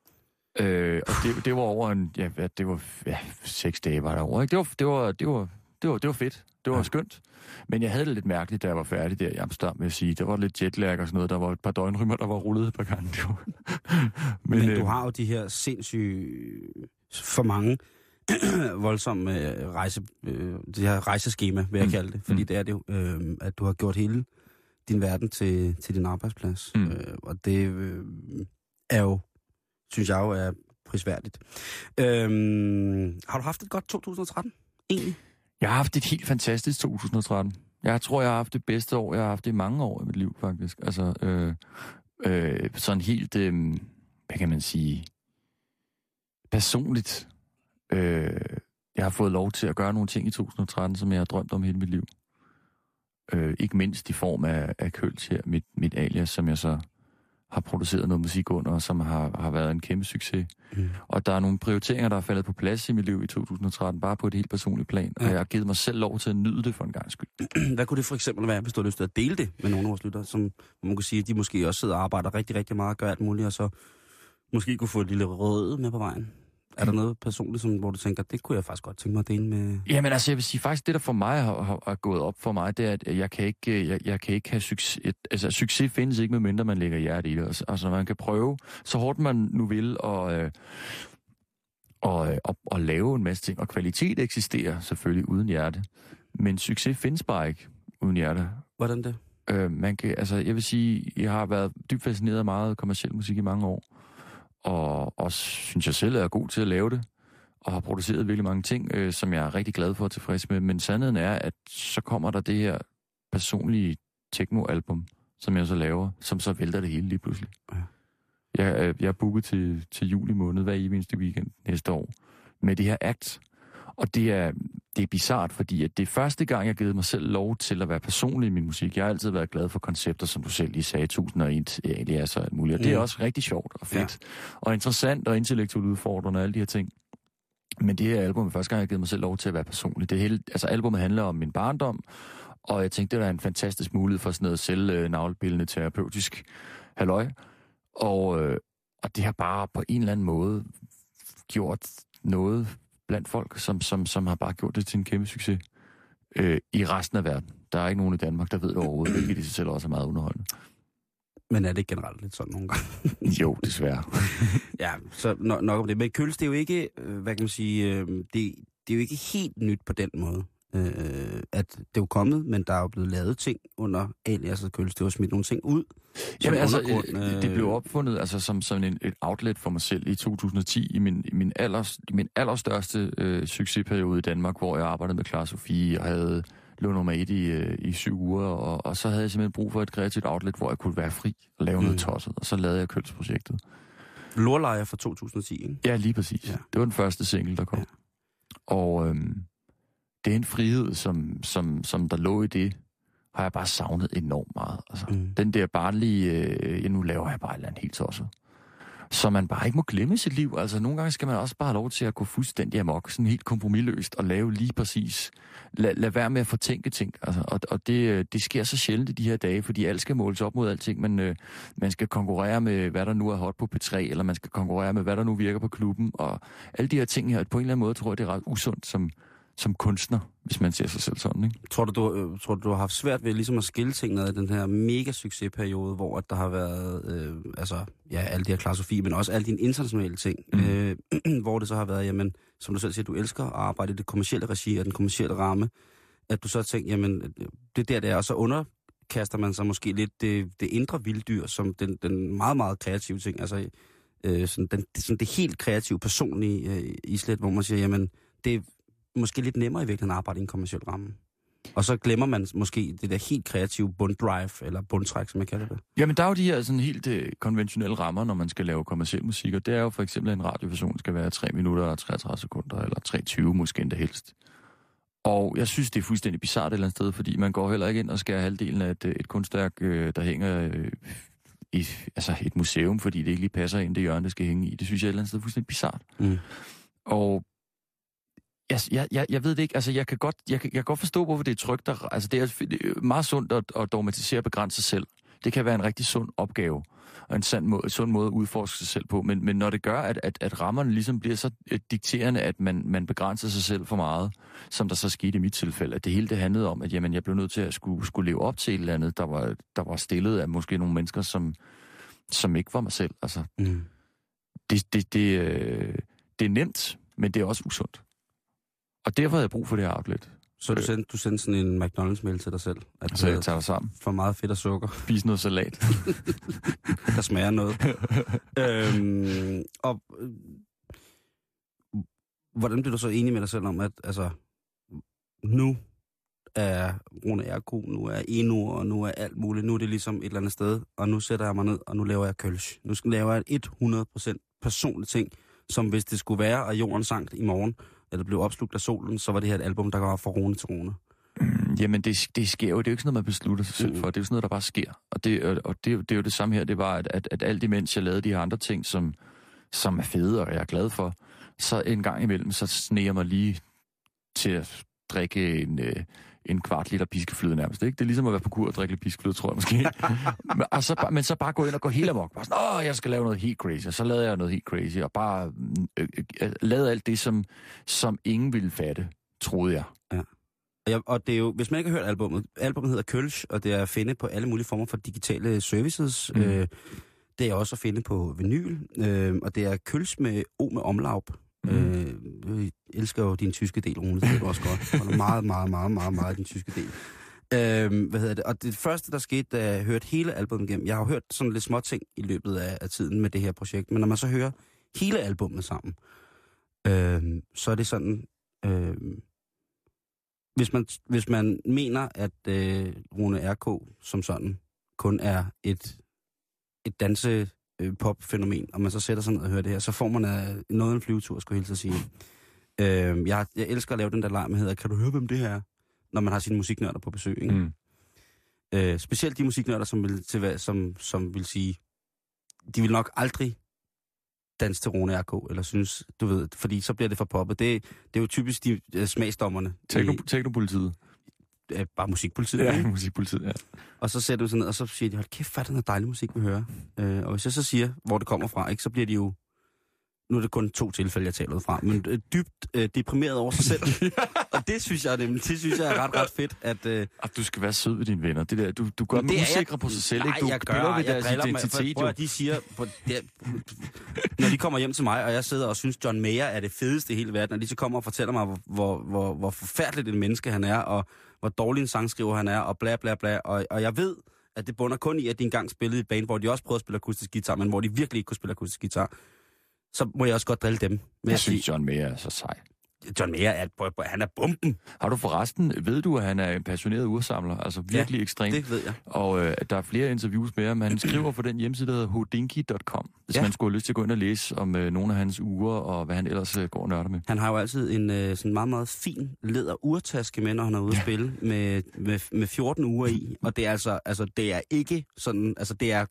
Øh, og det, det var over en... Ja, det var ja, seks dage var der over, ikke? Det var, det var, det var, det var, det var fedt. Det var Ja. skønt. Men jeg havde det lidt mærkeligt, da jeg var færdig der i Amsterdam, med at sige. Der var lidt jetlag og sådan noget. Der var et par døgnrymer, der var rullet et par gange. Men, Men øh, du har jo de her sindssyge, for mange, voldsomme øh, rejse, øh, det her rejseskema, vil jeg Mm. kalde det. Fordi Mm. det er det jo, øh, at du har gjort hele din verden til, til din arbejdsplads. Mm. Øh, og det øh, er jo, synes jeg jo, er prisværdigt. Øh, har du haft et godt to tusind og tretten, egentlig? Jeg har haft et helt fantastisk to tusind og tretten. Jeg tror, jeg har haft det bedste år, jeg har haft det i mange år i mit liv, faktisk. Altså, øh, øh, sådan helt, øh, hvad kan man sige, personligt. Øh, jeg har fået lov til at gøre nogle ting i to tusind og tretten, som jeg har drømt om hele mit liv. Øh, ikke mindst i form af, af Køls her, mit, mit alias, som jeg så har produceret noget musik under, og som har, har været en kæmpe succes. Mm. Og der er nogle prioriteringer, der er faldet på plads i mit liv i to tusind og tretten, bare på et helt personligt plan. Ja. Og jeg har givet mig selv lov til at nyde det for en gang skyld. Hvad kunne det for eksempel være, hvis du har lyst til at dele det med nogle af vores lyttere, som man kan sige, at de måske også sidder og arbejder rigtig, rigtig meget og gør alt muligt, og så måske kunne få et lille rød med på vejen? Er der noget personligt, som, hvor du tænker, det kunne jeg faktisk godt tænke mig at dele med? Jamen altså, jeg vil sige, faktisk det, der for mig har, har, har gået op for mig, det er, at jeg kan ikke, jeg, jeg kan ikke have succes. Altså, succes findes ikke, medmindre man lægger hjertet i det. Altså, man kan prøve, så hårdt man nu vil, og, øh, og, og, og lave en masse ting. Og kvalitet eksisterer selvfølgelig uden hjerte. Men succes findes bare ikke uden hjerte. Hvordan det? Øh, man kan, altså, jeg vil sige, jeg har været dybt fascineret af meget kommerciel musik i mange år. Og også synes jeg selv er god til at lave det, og har produceret virkelig mange ting, øh, som jeg er rigtig glad for og tilfreds med. Men sandheden er, at så kommer der det her personlige techno-album, som jeg så laver, som så vælter det hele lige pludselig. Ja. Jeg, øh, jeg er booket til, til juli måned, hver eneste weekend næste år, med det her act. Og det er, det er bizart, fordi at det er første gang, jeg har givet mig selv lov til at være personlig i min musik. Jeg har altid været glad for koncepter, som du selv lige sagde, tusind og et alias og alt muligt. Og det er også rigtig sjovt og fedt. Ja. Og interessant og intellektuelt udfordrende og alle de her ting. Men det her album er første gang, jeg har givet mig selv lov til at være personlig. Det hele, altså albumet handler om min barndom, og jeg tænkte, det er en fantastisk mulighed for sådan noget selvnavlebildende terapeutisk halløj. Og, øh, og det har bare på en eller anden måde gjort noget blandt folk, som, som, som har bare gjort det til en kæmpe succes øh, i resten af verden. Der er ikke nogen i Danmark, der ved det overhovedet, hvilket i sig selv også er meget underholdende. Men er det ikke generelt lidt sådan nogle gange? Jo, desværre. Ja, så nok, nok om det. Men Køls, det er jo ikke, hvad kan man sige, øh, det, det er jo ikke helt nyt på den måde, øh, at det er jo kommet, men der er jo blevet lavet ting under aliaset Køls. Det var smidt nogle ting ud. Jamen altså, øh, det blev opfundet altså, som, som en, et outlet for mig selv i to tusind og ti, i min, i min, allers, i min allerstørste øh, succesperiode i Danmark, hvor jeg arbejdede med Clara Sofie og havde lå nummer et i, øh, i syv uger, og, og så havde jeg simpelthen brug for et kreativt outlet, hvor jeg kunne være fri og lave mm. noget tosset, og så lavede jeg Køls-projektet. Lorlejer fra to tusind og ti, ikke? Ja, lige præcis. Ja. Det var den første single, der kom. Ja. Og øhm, det er en frihed, som, som, som der lå i det, har jeg bare savnet enormt meget. Altså, mm. Den der barnlige, øh, ja, nu laver jeg bare et eller andet helt tosset. Så man bare ikke må glemme i sit liv. Altså, nogle gange skal man også bare have lov til at gå fuldstændig amok, sådan helt kompromisløst, og lave lige præcis. La, lad være med at fortænke ting. Altså, og og det, det sker så sjældent i de her dage, fordi alt skal måles op mod alting. Men øh, man skal konkurrere med, hvad der nu er hot på P tre, eller man skal konkurrere med, hvad der nu virker på klubben. Og alle de her ting her, på en eller anden måde, tror jeg, det er ret usundt som, som kunstner, hvis man ser sig selv sådan, ikke? Tror du, du, øh, tror du, du har haft svært ved ligesom at skille ting ned i den her mega succesperiode, hvor at der har været, øh, altså, ja, alle de her Clara Sofie, men også alle dine internationale ting, mm. øh, hvor det så har været, jamen, som du selv siger, du elsker at arbejde i det kommercielle regi og den kommercielle ramme, at du så har tænkt, jamen, det er der, det er, og så underkaster man sig måske lidt det, det indre vilddyr, som den, den meget, meget kreative ting, altså, øh, sådan, den, sådan det helt kreative, personlige øh, islet, hvor man siger, jamen, det er måske lidt nemmere i virkeligheden at arbejde i en kommerciel ramme. Og så glemmer man måske det der helt kreative bunddrive, eller bundtræk, som jeg kalder det. Jamen, der er jo de her sådan helt øh, konventionelle rammer, når man skal lave kommerciel musik, og det er jo for eksempel, at en radioversion skal være tre minutter og treogtredive sekunder, eller tre tyve måske endda helst. Og jeg synes, det er fuldstændig bizarrt et eller andet sted, fordi man går heller ikke ind og skærer halvdelen af et, et kunstværk, øh, der hænger øh, i altså et museum, fordi det ikke lige passer ind det hjørne, det skal hænge i. Det synes jeg et eller andet sted er fuldstændig bizarrt. Mm. Og Jeg, jeg, jeg, jeg ved det ikke, altså jeg kan godt, jeg kan, jeg kan godt forstå, hvorfor det er trygt. Der, altså det er meget sundt at, at dogmatisere og begrænse sig selv. Det kan være en rigtig sund opgave. og en sand måde, sund måde at udforske sig selv på. Men, men når det gør, at, at, at rammerne ligesom bliver så dikterende, at man, man begrænser sig selv for meget, som der så skete i mit tilfælde, at det hele det handlede om, at jamen, jeg blev nødt til at skulle, skulle leve op til et eller andet, der var, der var stillet af måske nogle mennesker, som, som ikke var mig selv. Altså, mm. det, det, det, øh, det er nemt, men det er også usundt. Og derfor havde jeg brug for det her outlet. Så du sendte, du sendte sådan en McDonald's-mail til dig selv? At så jeg tager dig sammen. For meget fedt og sukker. Spis noget salat. Der smager noget. øhm, og øh, hvordan bliver du så enig med dig selv om, at altså, nu er Rune R K, nu er Eno, og nu er alt muligt. Nu er det ligesom et eller andet sted, og nu sætter jeg mig ned, og nu laver jeg kølsch. Nu skal laver jeg et hundrede procent personlige ting, som hvis det skulle være, at jorden sank i morgen, eller blev opslugt af solen, så var det her et album, der går fra Rune til Rune. Mm, jamen, det, det sker jo. Det er jo ikke sådan noget, man beslutter sig selv for. Det er jo sådan noget, der bare sker. Og det, og det, det er jo det samme her. Det var, at, at, at alt imens jeg lavede de her andre ting, som, som er fede, og jeg er glad for, så en gang imellem, så sneger mig lige til at drikke en, øh, en kvart liter piskefløde nærmest. Ikke? Det er ligesom at være på kur og drikke lidt piskefløde, tror jeg måske. men, og så, men så bare gå ind og gå helt amok. Bare sådan, åh, jeg skal lave noget helt crazy. Og så lavede jeg noget helt crazy, og bare øh, øh, lavede alt det, som, som ingen ville fatte, troede jeg. Ja. Ja, og det er jo, hvis man ikke har hørt albumet, albumet hedder Kølsch, og det er at finde på alle mulige former for digitale services. Mm. Øh, det er også at finde på vinyl, øh, og det er Kølsch med O med omlaup. Mm. Øh, jeg elsker jo din tyske del, Rune, det er du også godt. Og meget, meget, meget, meget, meget din tyske del. Øh, hvad hedder det? Og det første, der skete, da jeg hørte hele albumet igennem, jeg har jo hørt sådan lidt små ting i løbet af, af tiden med det her projekt, men når man så hører hele albumet sammen, øh, så er det sådan... Øh, Hvis man, hvis man mener, at øh, Rune R K som sådan kun er et, et danse-pop-fænomen, og man så sætter sig ned og hører det her, så får man uh, noget af en flyvetur, skulle jeg hilse at sige. øh, jeg, jeg elsker at lave den der leg med, hedder, kan du høre, hvem det her er? Når man har sine musiknørder på besøg. Ikke? Mm. Øh, specielt de musiknørder, som vil, til, som, som vil sige, de vil nok aldrig dans til Rune R K, eller synes, du ved, fordi så bliver det for poppet. Det, det er jo typisk de uh, smagsdommerne. Techno, Teknopolitiet. Uh, bare musikpolitiet. Ja, ikke? musikpolitiet, ja. Og så sætter du sådan ned, og så siger de, hold kæft, hvad er det noget dejlig musik, vi hører. Uh, og hvis jeg så siger, hvor det kommer fra, ikke, så bliver de jo, nu er det kun to tilfælde, jeg taler ud fra, men uh, dybt uh, deprimeret over sig selv. Og det synes jeg, det, det synes jeg er ret, ret fedt, at... Uh, at du skal være sød ved dine venner. Det der, du, du gør dem usikre på sig selv, nej, ikke? Du jeg gør, jeg driller mig, for, prøv, de siger, på, der, når de kommer hjem til mig, og jeg sidder og synes, John Mayer er det fedeste i hele verden, og de så kommer og fortæller mig, hvor, hvor, hvor, hvor forfærdeligt en menneske han er, og hvor dårlig en sangskriver han er, og bla bla bla, og, og jeg ved, at det bunder kun i, at de engang spillede i et band, hvor de også prøvede at spille akustisk guitar, men hvor de virkelig ikke kunne spille akustisk guitar. Så må jeg også godt drille dem. Men jeg, jeg synes, John Mayer er så sej. John Mayer er, han er bomben. Har du forresten, ved du, at han er en passioneret ursamler? Altså virkelig ja, ekstrem. det ved jeg. Og øh, der er flere interviews med ham. Han skriver på den hjemmeside, der hedder hodinky punktum com, hvis ja. man skulle have lyst til at gå ind og læse om øh, nogle af hans uger, og hvad han ellers øh, går og nørder med. Han har jo altid en øh, sådan meget, meget fin læder urtaske med, når han er ude at spille, med, med, med fjorten uger i. Og det er altså, altså, det er ikke sådan, altså det er...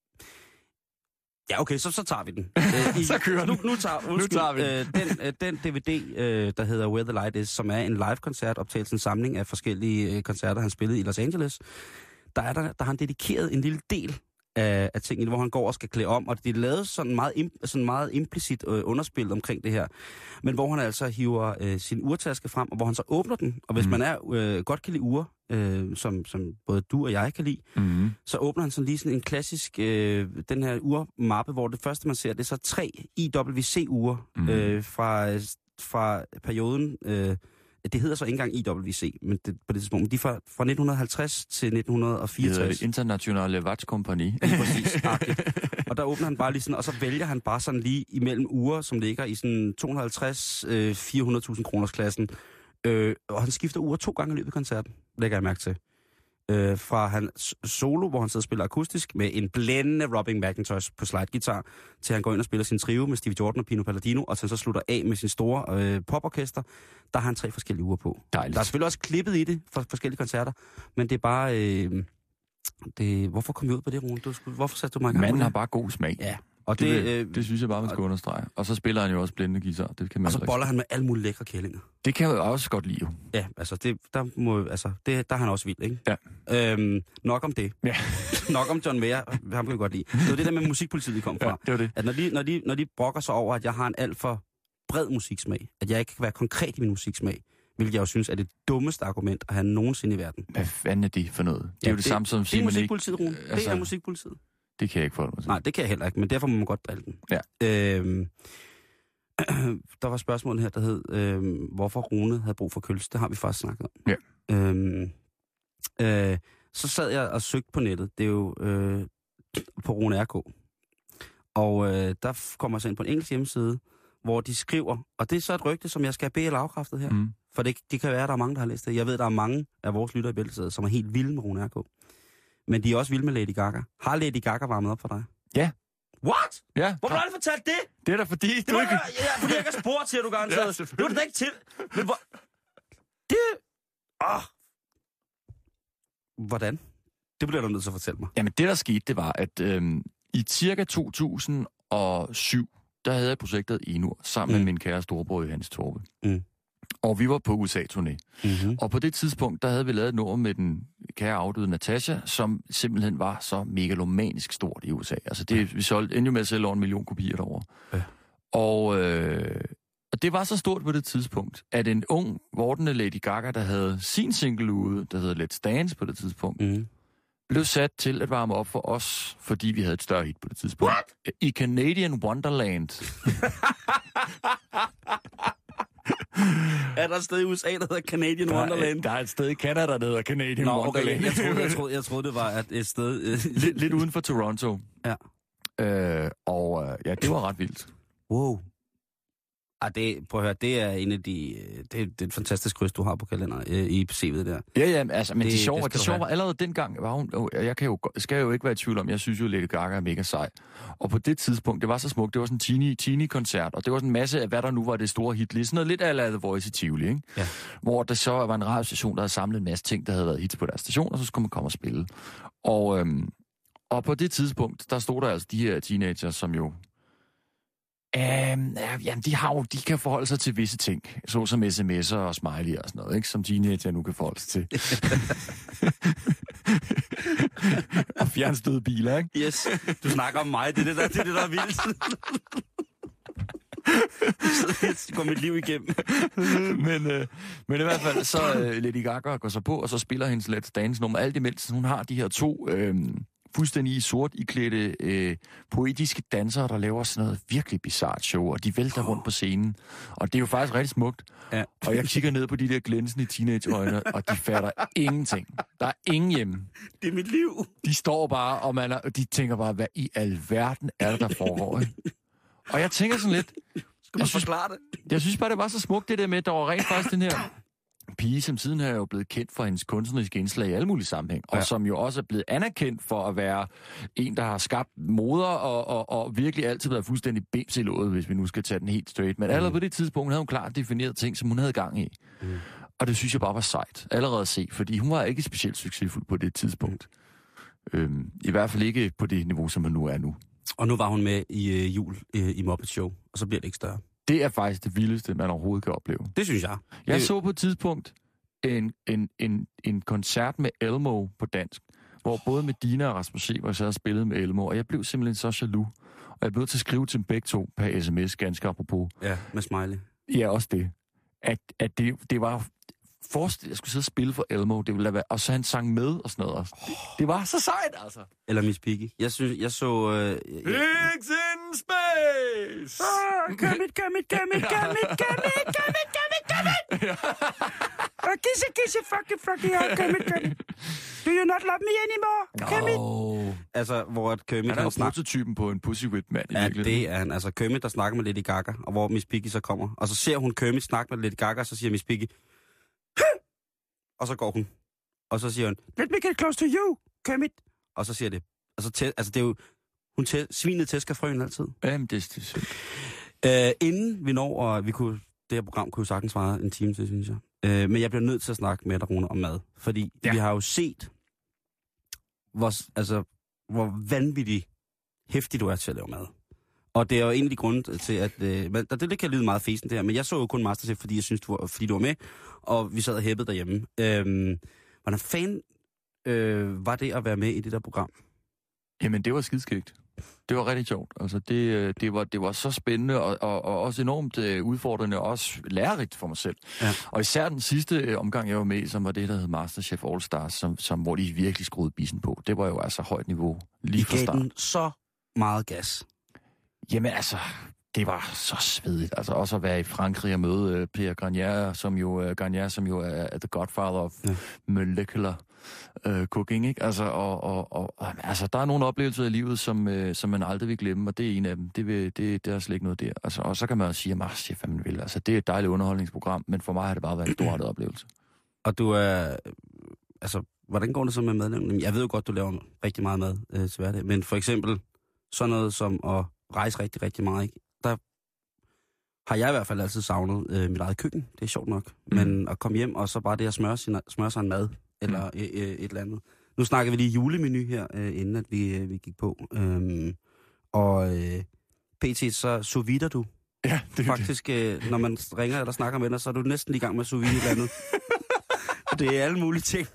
Ja, okay, så, så tager vi den. Æ, i, så kører nu, nu, tager, undskyld, nu tager vi den. Øh, den, øh, den D V D, øh, der hedder Where the Light Is, som er en live-koncert, optagelse en samling af forskellige øh, koncerter, han spillede i Los Angeles, der, er der, der har han dedikeret en lille del af, af tingene, hvor han går og skal klæde om, og det er lavet sådan meget, imp, sådan meget implicit øh, underspil omkring det her, men hvor han altså hiver øh, sin urtaske frem, og hvor han så åbner den, og hvis mm. man er øh, godt kan lide ure, øh, som, som både du og jeg kan lide, mm. så åbner han sådan lige sådan en klassisk, øh, den her urmappe, hvor det første man ser, det er så tre I W C-ure mm. øh, fra, fra perioden, øh, det hedder så ikke engang I W C, men det, på det tidspunkt, men de er fra, fra nitten halvtreds til nitten fireogtres. Det hedder det Internationale Watchkompagni. Lige præcis, og der åbner han bare lige sådan, og så vælger han bare sådan lige imellem uger, som ligger i sådan to hundrede og halvtreds til fire hundrede tusind kroners klassen. Øh, og han skifter uger to gange i løbet af koncerten, lægger jeg mærke til. Øh, fra hans solo, hvor han sidder og spiller akustisk, med en blændende Robin McIntosh på slide-guitar, til han går ind og spiller sin trio med Stevie Jordan og Pino Palladino, og så slutter af med sin store øh, poporkester. Der har han tre forskellige uger på. Dejligt. Der er selvfølgelig også klippet i det for forskellige koncerter, men det er bare... Øh, det, hvorfor kom vi ud på det, Rune? Du, hvorfor satte du mig i gang? Manden har bare god smag. Ja. Og det, det, det, øh, det synes jeg bare, man skal og, understrege. Og så spiller han jo også blændende guitar. Det kan man og så rigtig. boller han med alle mulige lækre kællinger. Det kan jeg også godt lide jo. Ja, altså, det, der, må, altså det, der er han også vild, ikke? Ja. Øhm, nok om det. Ja. Nok om John Mayer, ham kan vi godt lide. Det var det der med musikpolitiet, vi kom fra. Ja, det var det. At når de, når, de, når de brokker sig over, at jeg har en alt for bred musiksmag, at jeg ikke kan være konkret i min musiksmag, hvilket jeg jo synes er det dummeste argument at have nogensinde i verden. Hvad fanden er det for noget? Det er ja, jo det, det samme som Simon Simon ikke... Det er musikpolitiet, Rune. Altså, det er musikpolitiet. Det kan jeg ikke forholde mig til. Nej, det kan jeg heller ikke, men derfor må man godt drille den. Ja. Øhm, der var spørgsmålet her, der hed, øhm, hvorfor Rune havde brug for køls. Det har vi faktisk snakket om. Ja. Øhm, øh, så sad jeg og søgte på nettet. Det er jo øh, på Rune R K. Og øh, der kommer jeg så ind på en engelsk hjemmeside, hvor de skriver, og det er så et rygte, som jeg skal bede eller afkræftet her. Mm. For det, det kan være, at der er mange, der har læst det. Jeg ved, der er mange af vores lyttere i Bæltestedet, som er helt vilde med Rune R K. Men de er også vilde med Lady Gaga. Har Lady Gaga varmet op for dig? Ja. What? Ja. Hvorfor har du fortalt det? Det er da fordi, det du ikke... Ja, fordi jeg ikke har spurgt til, at du garanteret. Ja, det var det da ikke til. Men hvor... Det... Åh. Hvordan? Det bliver du nødt til at fortælle mig. Jamen, det der skete, det var, at øhm, i cirka to tusind og syv, der havde jeg projektet Enur sammen mm. med min kære storebror Johannes Torbe. Mm. Og vi var på U S A-turné. Mm-hmm. Og på det tidspunkt, der havde vi lavet et nummer med den kære afdøde Natasha, som simpelthen var så megalomanisk stort i U S A. Altså, det, ja. Vi solgte endnu med at sælge over en million kopier derovre. Ja. Og, øh, og det var så stort på det tidspunkt, at en ung, vordende Lady Gaga, der havde sin single ude, der hedder Let's Dance på det tidspunkt, mm. blev sat til at varme op for os, fordi vi havde et større hit på det tidspunkt. What? I Canadian Wonderland. Er der et sted i U S A, der hedder Canadian der Wonderland? Er, der er et sted i Canada, der hedder Canadian Nå, Wonderland. Okay. Jeg, troede, jeg, troede, jeg troede, det var et, et sted... lidt, lidt uden for Toronto. Ja. Øh, og øh, ja, det var ret vildt. Wow. Ah, det, prøv at høre, det er en af de... Det, det er et fantastisk kryds, du har på kalenderen øh, i C V'et der. Ja, ja, altså, men det, det sjove det det sjove var allerede dengang, var hun, jeg kan jo, skal jo ikke være i tvivl om, jeg synes jo, Lady Gaga er mega sej. Og på det tidspunkt, det var så smukt, det var sådan en teeny, teeny koncert, og det var sådan en masse af, hvad der nu var det store hit, lidt sådan noget lidt af The Voice i Tivoli, ikke? Ja. Hvor der så var en radiostation, der havde samlet en masse ting, der havde været hits på deres station, og så skulle man komme og spille. Og, øhm, og på det tidspunkt, der stod der altså de her teenager, som jo Øhm, jamen, de, har jo, de kan forholde sig til visse ting, såsom sms'er og smiley og sådan noget, ikke? Som teenager nu kan forholde sig til. Og fjernstøde biler, ikke? Yes, du snakker om mig, det er det, der, det, er det, der er vildt. Så går mit liv igennem. men, øh, men i hvert fald, så øh, Lady Gaga går så på, og så spiller hendes Let's Dance-nummer. Alt imens hun har de her to... Øh, fuldstændig sort iklædte øh, poetiske dansere, der laver sådan noget virkelig bizarrt show, og de vælter oh. rundt på scenen. Og det er jo faktisk rigtig smukt. Ja. Og jeg kigger ned på de der glænsende teenageøjne, og de fatter ingenting. Der er ingen hjemme. Det er mit liv. De står bare, og man er, de tænker bare, hvad i alverden er det, der foregår? Ikke? Og jeg tænker sådan lidt... Skal man forklare det? Jeg synes bare, det var så smukt, det der med, at der var rent faktisk den her... pige, som siden her er jo blevet kendt for hendes kunstneriske indslag i alle mulige sammenhæng, ja. Og som jo også er blevet anerkendt for at være en, der har skabt moder og, og, og virkelig altid været fuldstændig bims i låget, hvis vi nu skal tage den helt straight. Men mm. allerede på det tidspunkt havde hun klart defineret ting, som hun havde gang i. Mm. Og det synes jeg bare var sejt allerede at se, fordi hun var ikke specielt succesfuld på det tidspunkt. Mm. Øhm, I hvert fald ikke på det niveau, som hun nu er nu. Og nu var hun med i øh, jul øh, i Muppet Show, og så bliver det ikke større. Det er faktisk det vildeste, man overhovedet kan opleve. Det synes jeg. Jeg det... så på et tidspunkt en, en, en, en koncert med Elmo på dansk, hvor både Medina og Rasmus Sebak sad og spillede med Elmo, og jeg blev simpelthen så jaloux. Og jeg blev til at skrive til dem begge to per sms, ganske apropos. Ja, med smiley. Ja, også det. At, at det, det var... Forestil, jeg skulle sidde og spille for Elmo, det ville være, og så han sang med og sådan noget også. Oh. Det var så sejt, altså. Eller Miss Piggy. Jeg synes, jeg så... Øh, Pigs in space! Oh, come it, come it, come it, come it, come it, come it, come it, come it! Oh, kissy, kissy, fucky, fucky, oh, come it, come it. Do you not love me anymore? Come oh. it. Altså, hvor at Kermit... Han er jo snak... prototypen på en Pussy Whip-mand i ja, virkeligheden. det er han. Altså, Kermit, der snakker med Lady Gaga, og hvor Miss Piggy så kommer. Og så ser hun Kermit snakke med Lady Gaga, og så siger Miss Piggy... Og så går hun. Og så siger hun, let me get close to you, Kermit. Og så siger det. Altså, tæ- altså det er jo... Hun tæ- svinet tæsker frøen altid. Jamen, det er sygt. Øh, inden vi når, og vi kunne... Det her program kunne jo sagtens vare en time til, synes jeg. Øh, men jeg bliver nødt til at snakke med dig, Rune, om mad. Fordi ja. vi har jo set, hvor, altså, hvor vanvittigt hæftig du er til at lave mad. Og det er jo en af de grunde til, at... Øh, men, det, det kan lyde meget fesen det her, men jeg så jo kun Masterchef, fordi jeg synes, du var, fordi du var med, og vi sad og hæppede derhjemme. Øh, hvordan fanden øh, var det at være med i det der program? Jamen, det var skidskægt. Det var rigtig sjovt. Altså, det, det, var, det var så spændende, og, og, og også enormt øh, udfordrende, og også lærerigt for mig selv. Ja. Og især den sidste øh, omgang, jeg var med, som var det, der hed Masterchef All Stars, som, som, hvor de virkelig skruede bisen på. Det var jo altså højt niveau lige I fra start. den så meget gas. Jamen altså, det var så svedigt. Altså også at være i Frankrig og møde uh, Pierre Garnier, som jo, uh, Garnier, som jo er, er the godfather of ja. molecular uh, cooking, ikke? Altså, og, og, og, og, altså, der er nogle oplevelser i livet, som, uh, som man aldrig vil glemme, og det er en af dem. Det, vil, det, det er slet ikke noget der. Altså, og så kan man også sige, at Masterchef, hvad man vil. Altså, det er et dejligt underholdningsprogram, men for mig har det bare været en stor oplevelse. Og du er... Altså, hvordan går det så med madlavning? Jeg ved jo godt, du laver rigtig meget mad øh, til hverdag, men for eksempel sådan noget som at rejse rigtig, rigtig meget, ikke? Der har jeg i hvert fald altid savnet øh, mit eget køkken. Det er sjovt nok. Mm. Men at komme hjem og så bare det at smøre, sin, smøre sig en mad, eller mm. øh, øh, et eller andet. Nu snakker vi lige julemenu her, øh, inden at vi, øh, vi gik på. Øhm, og øh, P T, så sous vide du. Ja, det faktisk, øh, når man ringer eller snakker med dig, så er du næsten lige i gang med sous vide et eller andet. Det er alle mulige ting.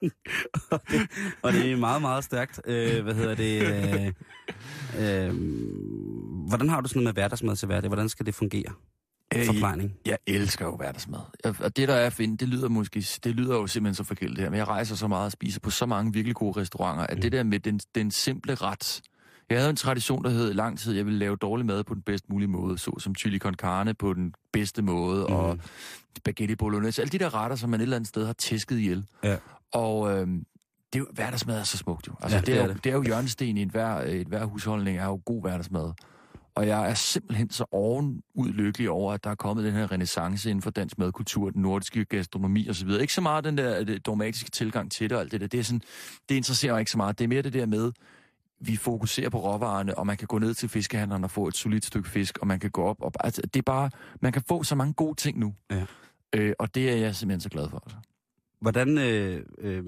og, det, og det er meget, meget stærkt. Øh, hvad hedder det? Øh, øh, hvordan har du sådan noget med hverdagsmad til hverdag? Hvordan skal det fungere? Forplejning. Jeg elsker jo hverdagsmad. Og det, der er at finde, det lyder måske, det lyder jo simpelthen så forkert det her, men jeg rejser så meget og spiser på så mange virkelig gode restauranter, at mm. det der med den, den simple ret. Jeg havde en tradition, der hed lang tid, jeg ville lave dårlig mad på den bedst mulige måde, så som chili con carne på den bedste måde, mm. og spaghetti bolognese, alle de der retter, som man et eller andet sted har tæsket ihjel. Ja. Og øhm, det er jo, hverdagsmad er så smukt jo. Altså, ja, det, det, er jo, det. det er jo hjørnesten i et hver, et hver husholdning, er jo god hverdagsmad. Og jeg er simpelthen så ovenud lykkelig over, at der er kommet den her renaissance inden for dansk madkultur, den nordiske gastronomi osv. Ikke så meget den der det dogmatiske tilgang til det og alt det der. Det, er sådan, det interesserer mig ikke så meget. Det er mere det der med, vi fokuserer på råvarerne, og man kan gå ned til fiskehandleren og få et solidt stykke fisk, og man kan gå op og... Altså, det er bare... Man kan få så mange gode ting nu. Ja. Øh, og det er jeg simpelthen så glad for. Altså. Hvordan... Øh, øh,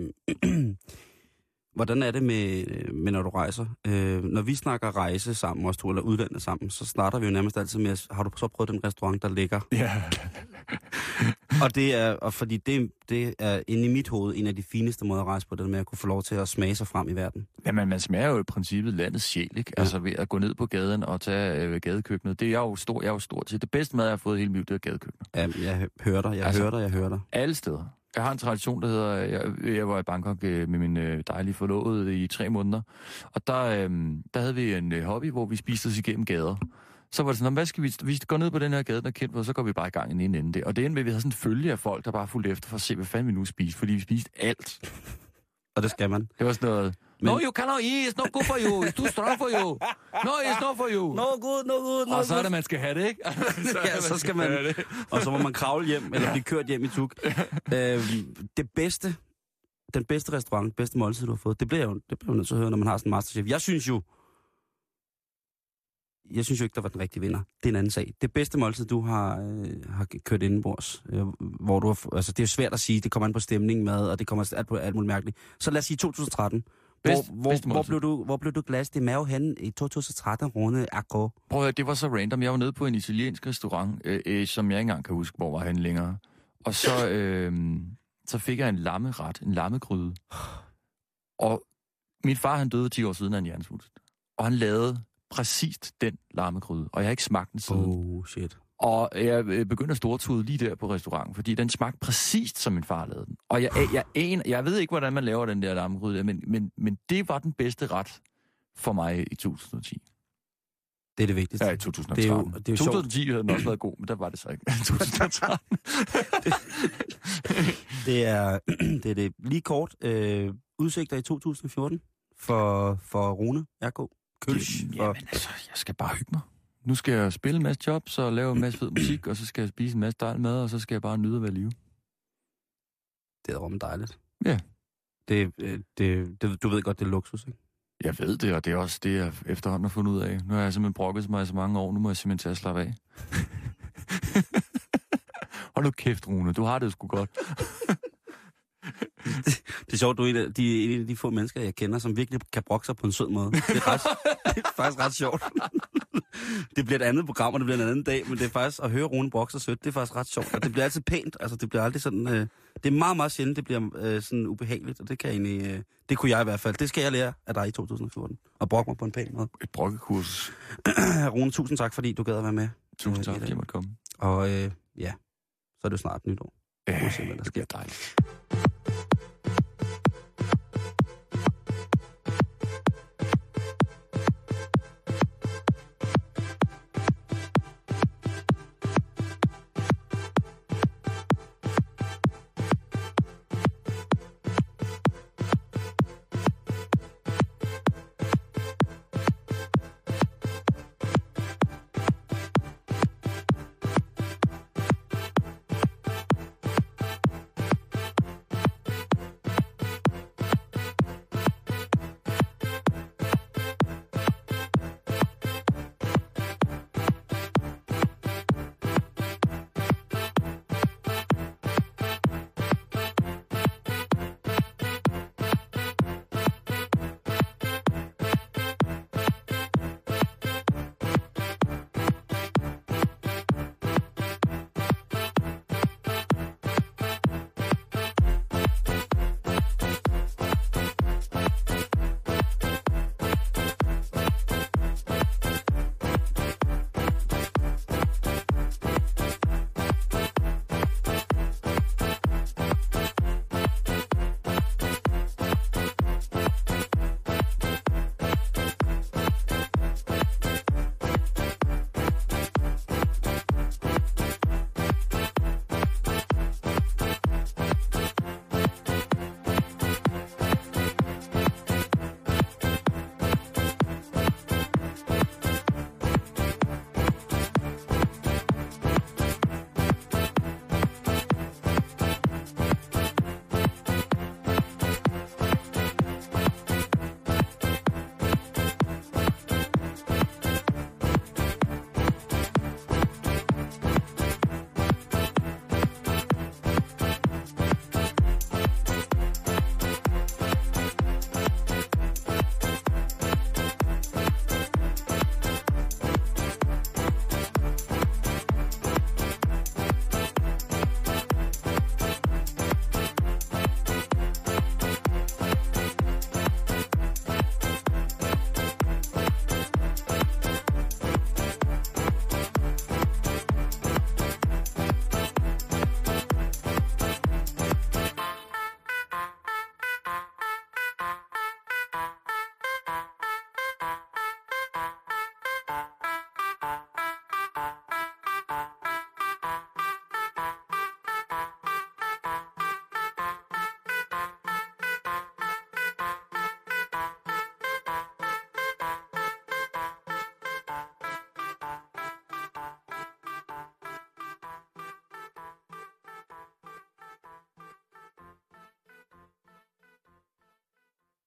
Hvordan er det med, med når du rejser? Øh, når vi snakker rejse sammen, også to eller udlandet sammen, så starter vi jo nærmest altid med, har du så prøvet den restaurant, der ligger? Ja. og det er, og fordi det, det er inde i mit hoved en af de fineste måder at rejse på, det med at kunne få lov til at smage sig frem i verden. Jamen, man smager jo i princippet landets sjæl, ikke? Ja. Altså ved at gå ned på gaden og tage øh, gadekøkkenet. Det er jeg jo stor, jeg er jo stor til. Det bedste mad, jeg har fået i hele mit liv, det er gadekøkkenet. Ja, jeg hører dig, jeg altså, hører dig, jeg hører dig. Alle steder. Jeg har en tradition, der hedder, jeg, jeg var i Bangkok med min øh, dejlige forlovede i tre måneder, og der, øh, der havde vi en øh, hobby, hvor vi spiste os igennem gader. Så var det sådan, hvad skal vi, vi går ned på den her gade, der er kendt, og så går vi bare i gang i en ende det. Og det endte med, at vi havde sådan en følge af folk, der bare fulgte efter for at se, hvad fanden vi nu spiste, fordi vi spiste alt. Og det skal man. Det var sådan noget, men... No, you cannot eat, it's not good for you, it's too strong for you. No, it's not for you. No good, no good, no Og så er det, man skal have det, ikke? så ja, så skal man, og så må man kravle hjem, eller blive kørt hjem i tuk. øh, det bedste, den bedste restaurant, bedste måltid, du har fået, det bliver jo, det bliver jo nødt til at høre, når man har sådan en Masterchef. Jeg synes jo, jeg synes jo ikke, der var den rigtige vinder. Det er en anden sag. Det bedste måltid, du har, øh, har kørt indenbords, øh, hvor du har, altså det er jo svært at sige, det kommer an på stemning, mad, og det kommer alt på alt muligt mærkeligt. Så lad os sige to tusind tretten. Best, hvor, hvor, hvor, blev du, hvor blev du glas i mave henne i to tusind tretten runde akko? Prøv at høre, det var så random. Jeg var nede på en italiensk restaurant, øh, øh, som jeg ikke engang kan huske, hvor var han længere. Og så, øh, så fik jeg en lammeret, en lammegryde. Og min far, han døde ti år siden af en hjernesvulst. Og han lavede præcist den lammegryde, og jeg har ikke smagt den siden. Oh, shit. Og jeg begyndte at stortude lige der på restauranten, fordi den smagte præcist, som min far lavede den. Og jeg, jeg, jeg, jeg ved ikke, hvordan man laver den der lammegryde, men, men, men det var den bedste ret for mig i to tusind og ti. Det er det vigtigste. Ja, i to tusind og tretten. Det er jo, det er jo to tusind og ti havde den også været god, men der var det så ikke. to tusind og tretten. det, er, det er det lige kort. Øh, udsigter i to tusind og fjorten for, for Rune R K. Kølsch. Jamen, jamen altså, jeg skal bare hygge mig. Nu skal jeg spille en masse jobs og lave en masse fed musik, og så skal jeg spise en masse dejlig mad, og så skal jeg bare nyde at være live. Det er rum dejligt. Ja. Det, det, det, du ved godt, det er luksus, ikke? Jeg ved det, og det er også det, jeg efterhånden har fundet ud af. Nu har jeg simpelthen brokket mig i så mange år, nu må jeg simpelthen tage at slappe af. Hold nu kæft, Rune, du har det sgu godt. det, det er sjovt, du er en af, de, en af de få mennesker, jeg kender, som virkelig kan brokke sig på en sød måde. Det er, ret, det er faktisk ret sjovt. det bliver et andet program, og det bliver en anden dag, men det er faktisk at høre Rune brokke sig sødt, det er faktisk ret sjovt, og det bliver altid pænt, altså det bliver aldrig sådan, øh, det er meget, meget sjældent, det bliver øh, sådan ubehageligt, og det kan jeg egentlig, øh, det kunne jeg i hvert fald, det skal jeg lære af dig i to tusind og fjorten, og brokke mig på en pæn måde. Et brokkekurs. Rune, tusind tak, fordi du gad at være med. Tusind tak, fordi jeg måtte komme. Og øh, ja, så er det jo snart nytår. Øh, Uanset, hvad der sker. Dejligt.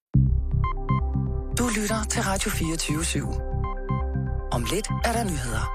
Du lytter til Radio fireogtyve syv. Om lidt er der nyheder.